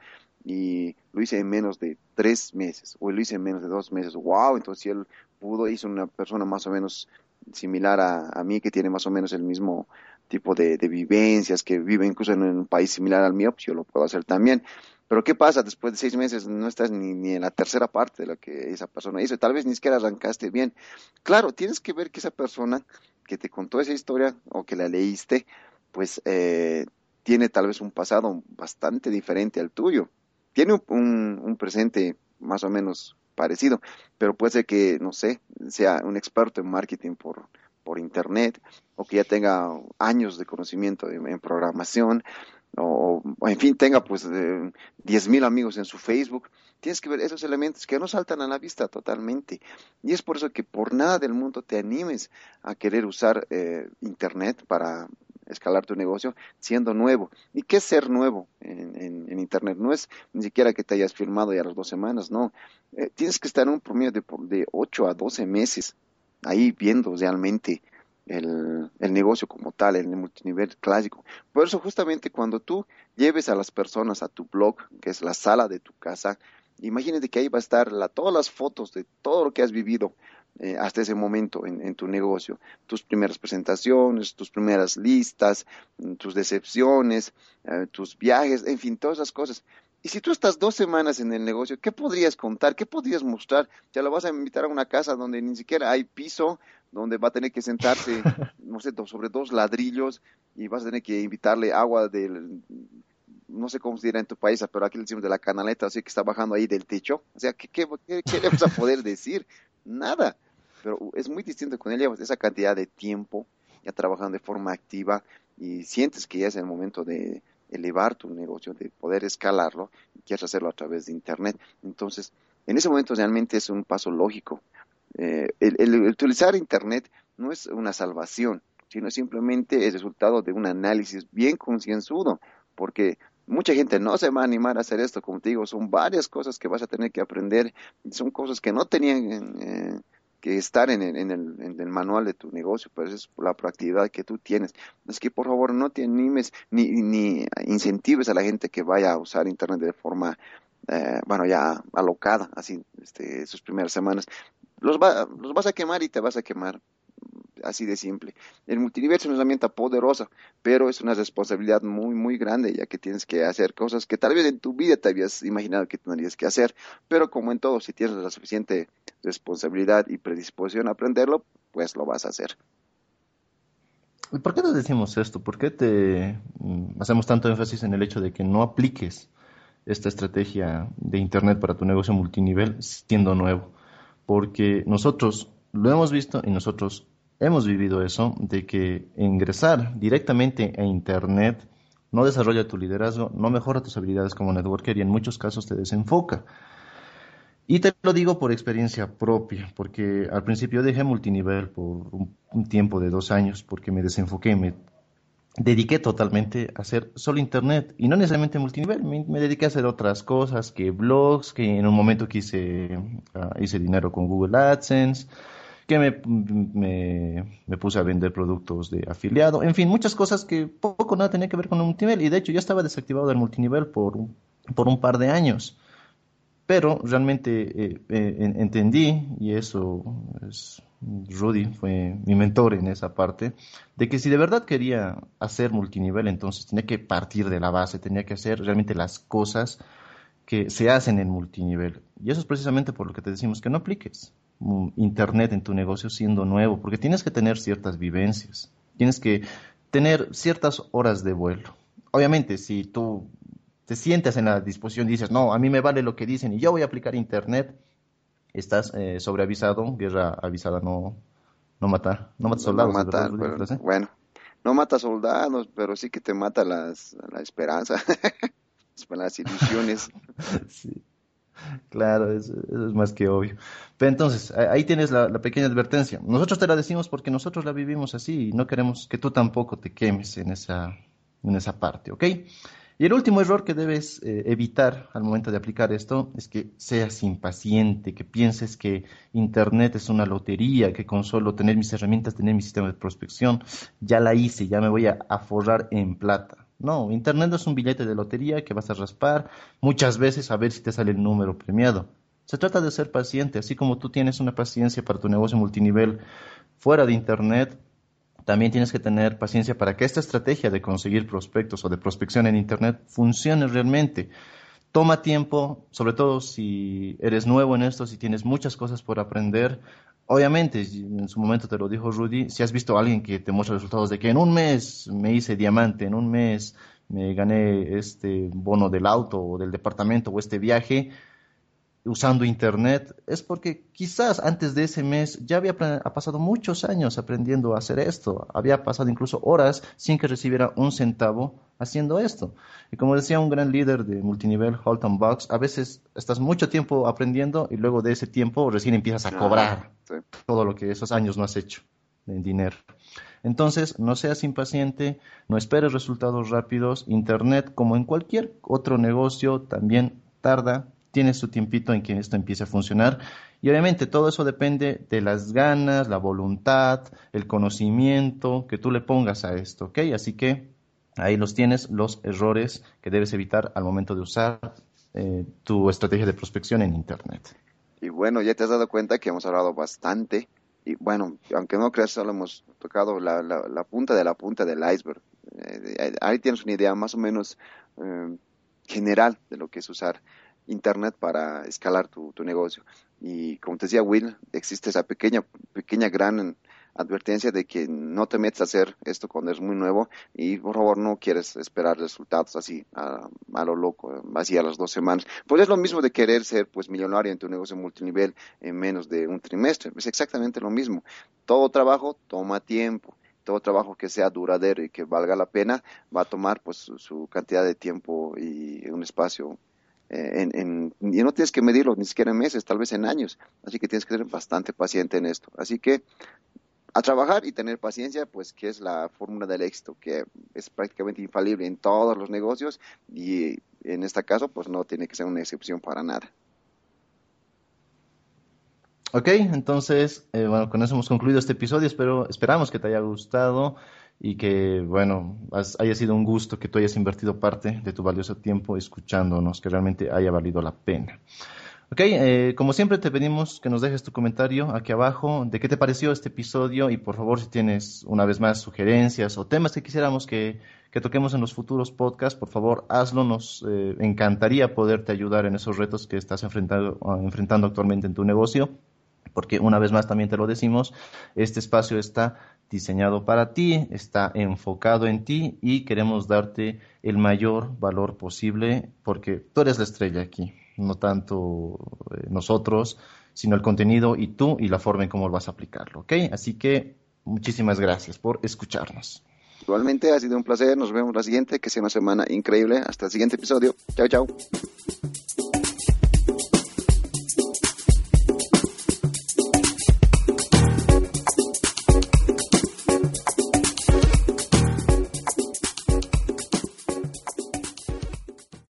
y lo hice en menos de tres meses o lo hice en menos de dos meses. Wow, entonces si él pudo, hizo una persona más o menos similar a, a mí que tiene más o menos el mismo tipo de, de vivencias, que vive incluso en un país similar al mío, pues yo lo puedo hacer también. Pero ¿qué pasa? Después de seis meses no estás ni, ni en la tercera parte de lo que esa persona hizo. Tal vez ni siquiera arrancaste bien. Claro, tienes que ver que esa persona que te contó esa historia o que la leíste, pues eh, tiene tal vez un pasado bastante diferente al tuyo. Tiene un, un, un presente más o menos parecido, pero puede ser que, no sé, sea un experto en marketing por, por internet o que ya tenga años de conocimiento en, en programación o, o en fin, tenga pues eh, diez mil amigos en su Facebook. Tienes que ver esos elementos que no saltan a la vista totalmente. Y es por eso que por nada del mundo te animes a querer usar eh, Internet para escalar tu negocio siendo nuevo. ¿Y qué es ser nuevo en, en, en Internet? No es ni siquiera que te hayas firmado ya a las dos semanas, no. Eh, tienes que estar en un promedio de, de ocho a doce meses ahí viendo realmente el, el negocio como tal, el multinivel clásico. Por eso justamente cuando tú lleves a las personas a tu blog, que es la sala de tu casa, imagínate que ahí va a estar la, todas las fotos de todo lo que has vivido eh, hasta ese momento en, en tu negocio, tus primeras presentaciones, tus primeras listas, mm, tus decepciones, eh, tus viajes, en fin, todas esas cosas. Y si tú estás dos semanas en el negocio, ¿qué podrías contar? ¿Qué podrías mostrar? Ya lo vas a invitar a una casa donde ni siquiera hay piso, donde va a tener que sentarse, no sé, do- sobre dos ladrillos y vas a tener que invitarle agua del, no sé cómo se dirá en tu país, pero aquí le decimos de la canaleta, así que está bajando ahí del techo. O sea, ¿qué, qué, qué, qué le vas a poder decir? Nada. Pero es muy distinto con él, llevas esa cantidad de tiempo ya trabajando de forma activa y sientes que ya es el momento de elevar tu negocio, de poder escalarlo y quieres hacerlo a través de Internet. Entonces, en ese momento realmente es un paso lógico. Eh, el, el utilizar Internet no es una salvación, sino simplemente el resultado de un análisis bien concienzudo, porque mucha gente no se va a animar a hacer esto, como te digo, son varias cosas que vas a tener que aprender, son cosas que no tenían eh, que estar en el, en, el, en el manual de tu negocio, pero es la proactividad que tú tienes. Es que por favor no te animes ni, ni incentives a la gente que vaya a usar Internet de forma, eh, bueno, ya alocada, así, este, sus primeras semanas. Los, va, los vas a quemar y te vas a quemar, así de simple. El multinivel es una herramienta poderosa, pero es una responsabilidad muy, muy grande, ya que tienes que hacer cosas que tal vez en tu vida te habías imaginado que tendrías que hacer, pero como en todo, si tienes la suficiente responsabilidad y predisposición a aprenderlo, pues lo vas a hacer. ¿Y por qué te decimos esto? ¿Por qué te mm, hacemos tanto énfasis en el hecho de que no apliques esta estrategia de Internet para tu negocio multinivel siendo nuevo? Porque nosotros lo hemos visto y nosotros hemos vivido eso, de que ingresar directamente a Internet no desarrolla tu liderazgo, no mejora tus habilidades como networker y en muchos casos te desenfoca. Y te lo digo por experiencia propia, porque al principio dejé multinivel por un, un tiempo de dos años, porque me desenfoqué, me dediqué totalmente a hacer solo internet y no necesariamente multinivel, me, me dediqué a hacer otras cosas, que blogs, que en un momento quise, uh, hice dinero con Google AdSense, que me, me, me puse a vender productos de afiliado, en fin, muchas cosas que poco o nada tenía que ver con el multinivel y de hecho ya estaba desactivado del multinivel por, un- por un par de años. Pero realmente eh, eh, en- entendí, y eso es, Rudy fue mi mentor en esa parte, de que si de verdad quería hacer multinivel, entonces tenía que partir de la base, tenía que hacer realmente las cosas que se hacen en multinivel. Y eso es precisamente por lo que te decimos que no apliques mm, Internet en tu negocio siendo nuevo, porque tienes que tener ciertas vivencias, tienes que tener ciertas horas de vuelo. Obviamente, si tú te sientes en la disposición y dices, no, a mí me vale lo que dicen y yo voy a aplicar Internet, estás eh, sobreavisado, guerra avisada no, no mata, no mata No, no soldados, ¿es verdad, mata, Rudy, la pero frase? bueno, no mata soldados, pero sí que te mata las, la esperanza, las ilusiones. Sí. Claro, es, eso es más que obvio. Pero entonces, a- ahí tienes la, la pequeña advertencia. Nosotros te la decimos porque nosotros la vivimos así y no queremos que tú tampoco te quemes en esa, en esa parte, ¿ok? Y el último error que debes eh, evitar al momento de aplicar esto es que seas impaciente, que pienses que Internet es una lotería, que con solo tener mis herramientas, tener mi sistema de prospección, ya la hice, ya me voy a, a forrar en plata. No, Internet no es un billete de lotería que vas a raspar muchas veces a ver si te sale el número premiado. Se trata de ser paciente, así como tú tienes una paciencia para tu negocio multinivel fuera de Internet, también tienes que tener paciencia para que esta estrategia de conseguir prospectos o de prospección en Internet funcione realmente. Toma tiempo, sobre todo si eres nuevo en esto, si tienes muchas cosas por aprender. Obviamente, y en su momento te lo dijo Rudy, si has visto a alguien que te muestra resultados de que en un mes me hice diamante, en un mes me gané este bono del auto o del departamento o este viaje, usando Internet, es porque quizás antes de ese mes ya había ha pasado muchos años aprendiendo a hacer esto, había pasado incluso horas sin que recibiera un centavo haciendo esto. Y como decía un gran líder de multinivel, Holton Bucks, a veces estás mucho tiempo aprendiendo y luego de ese tiempo recién empiezas a cobrar sí. todo lo que esos años no has hecho en dinero. Entonces, no seas impaciente, no esperes resultados rápidos. Internet, como en cualquier otro negocio, también tarda, tiene su tiempito en que esto empiece a funcionar. Y obviamente todo eso depende de las ganas, la voluntad, el conocimiento que tú le pongas a esto, ¿ok? Así que ahí los tienes, los errores que debes evitar al momento de usar eh, tu estrategia de prospección en Internet. Y bueno, ya te has dado cuenta que hemos hablado bastante. Y bueno, aunque no creas, solo hemos tocado la, la, la punta de la punta del iceberg. Eh, ahí tienes una idea más o menos eh, general de lo que es usar Internet para escalar tu, tu negocio. Y como te decía Will, existe esa pequeña, pequeña gran advertencia de que no te metas a hacer esto cuando es muy nuevo y por favor no quieres esperar resultados así a, a lo loco, así a las dos semanas. Pues es lo mismo de querer ser pues millonario en tu negocio multinivel en menos de un trimestre, es exactamente lo mismo. Todo trabajo toma tiempo, todo trabajo que sea duradero y que valga la pena va a tomar pues su, su cantidad de tiempo y un espacio. En, en, y no tienes que medirlo ni siquiera en meses, tal vez en años, así que tienes que ser bastante paciente en esto. Así que a trabajar y tener paciencia, pues que es la fórmula del éxito, que es prácticamente infalible en todos los negocios y en este caso, pues no tiene que ser una excepción para nada. Ok, entonces, eh, bueno, con eso hemos concluido este episodio. Espero, esperamos que te haya gustado y que, bueno, has, haya sido un gusto que tú hayas invertido parte de tu valioso tiempo escuchándonos, que realmente haya valido la pena. Ok, eh, como siempre te pedimos que nos dejes tu comentario aquí abajo de qué te pareció este episodio y por favor si tienes una vez más sugerencias o temas que quisiéramos que, que toquemos en los futuros podcasts, por favor hazlo, nos eh, encantaría poderte ayudar en esos retos que estás enfrentando, enfrentando actualmente en tu negocio, porque una vez más también te lo decimos, este espacio está diseñado para ti, está enfocado en ti y queremos darte el mayor valor posible porque tú eres la estrella aquí. No tanto eh, nosotros, sino el contenido y tú y la forma en cómo vas a aplicarlo, ¿ok? Así que muchísimas gracias por escucharnos. Igualmente ha sido un placer, nos vemos la siguiente, que sea una semana increíble. Hasta el siguiente episodio. Chao, chao.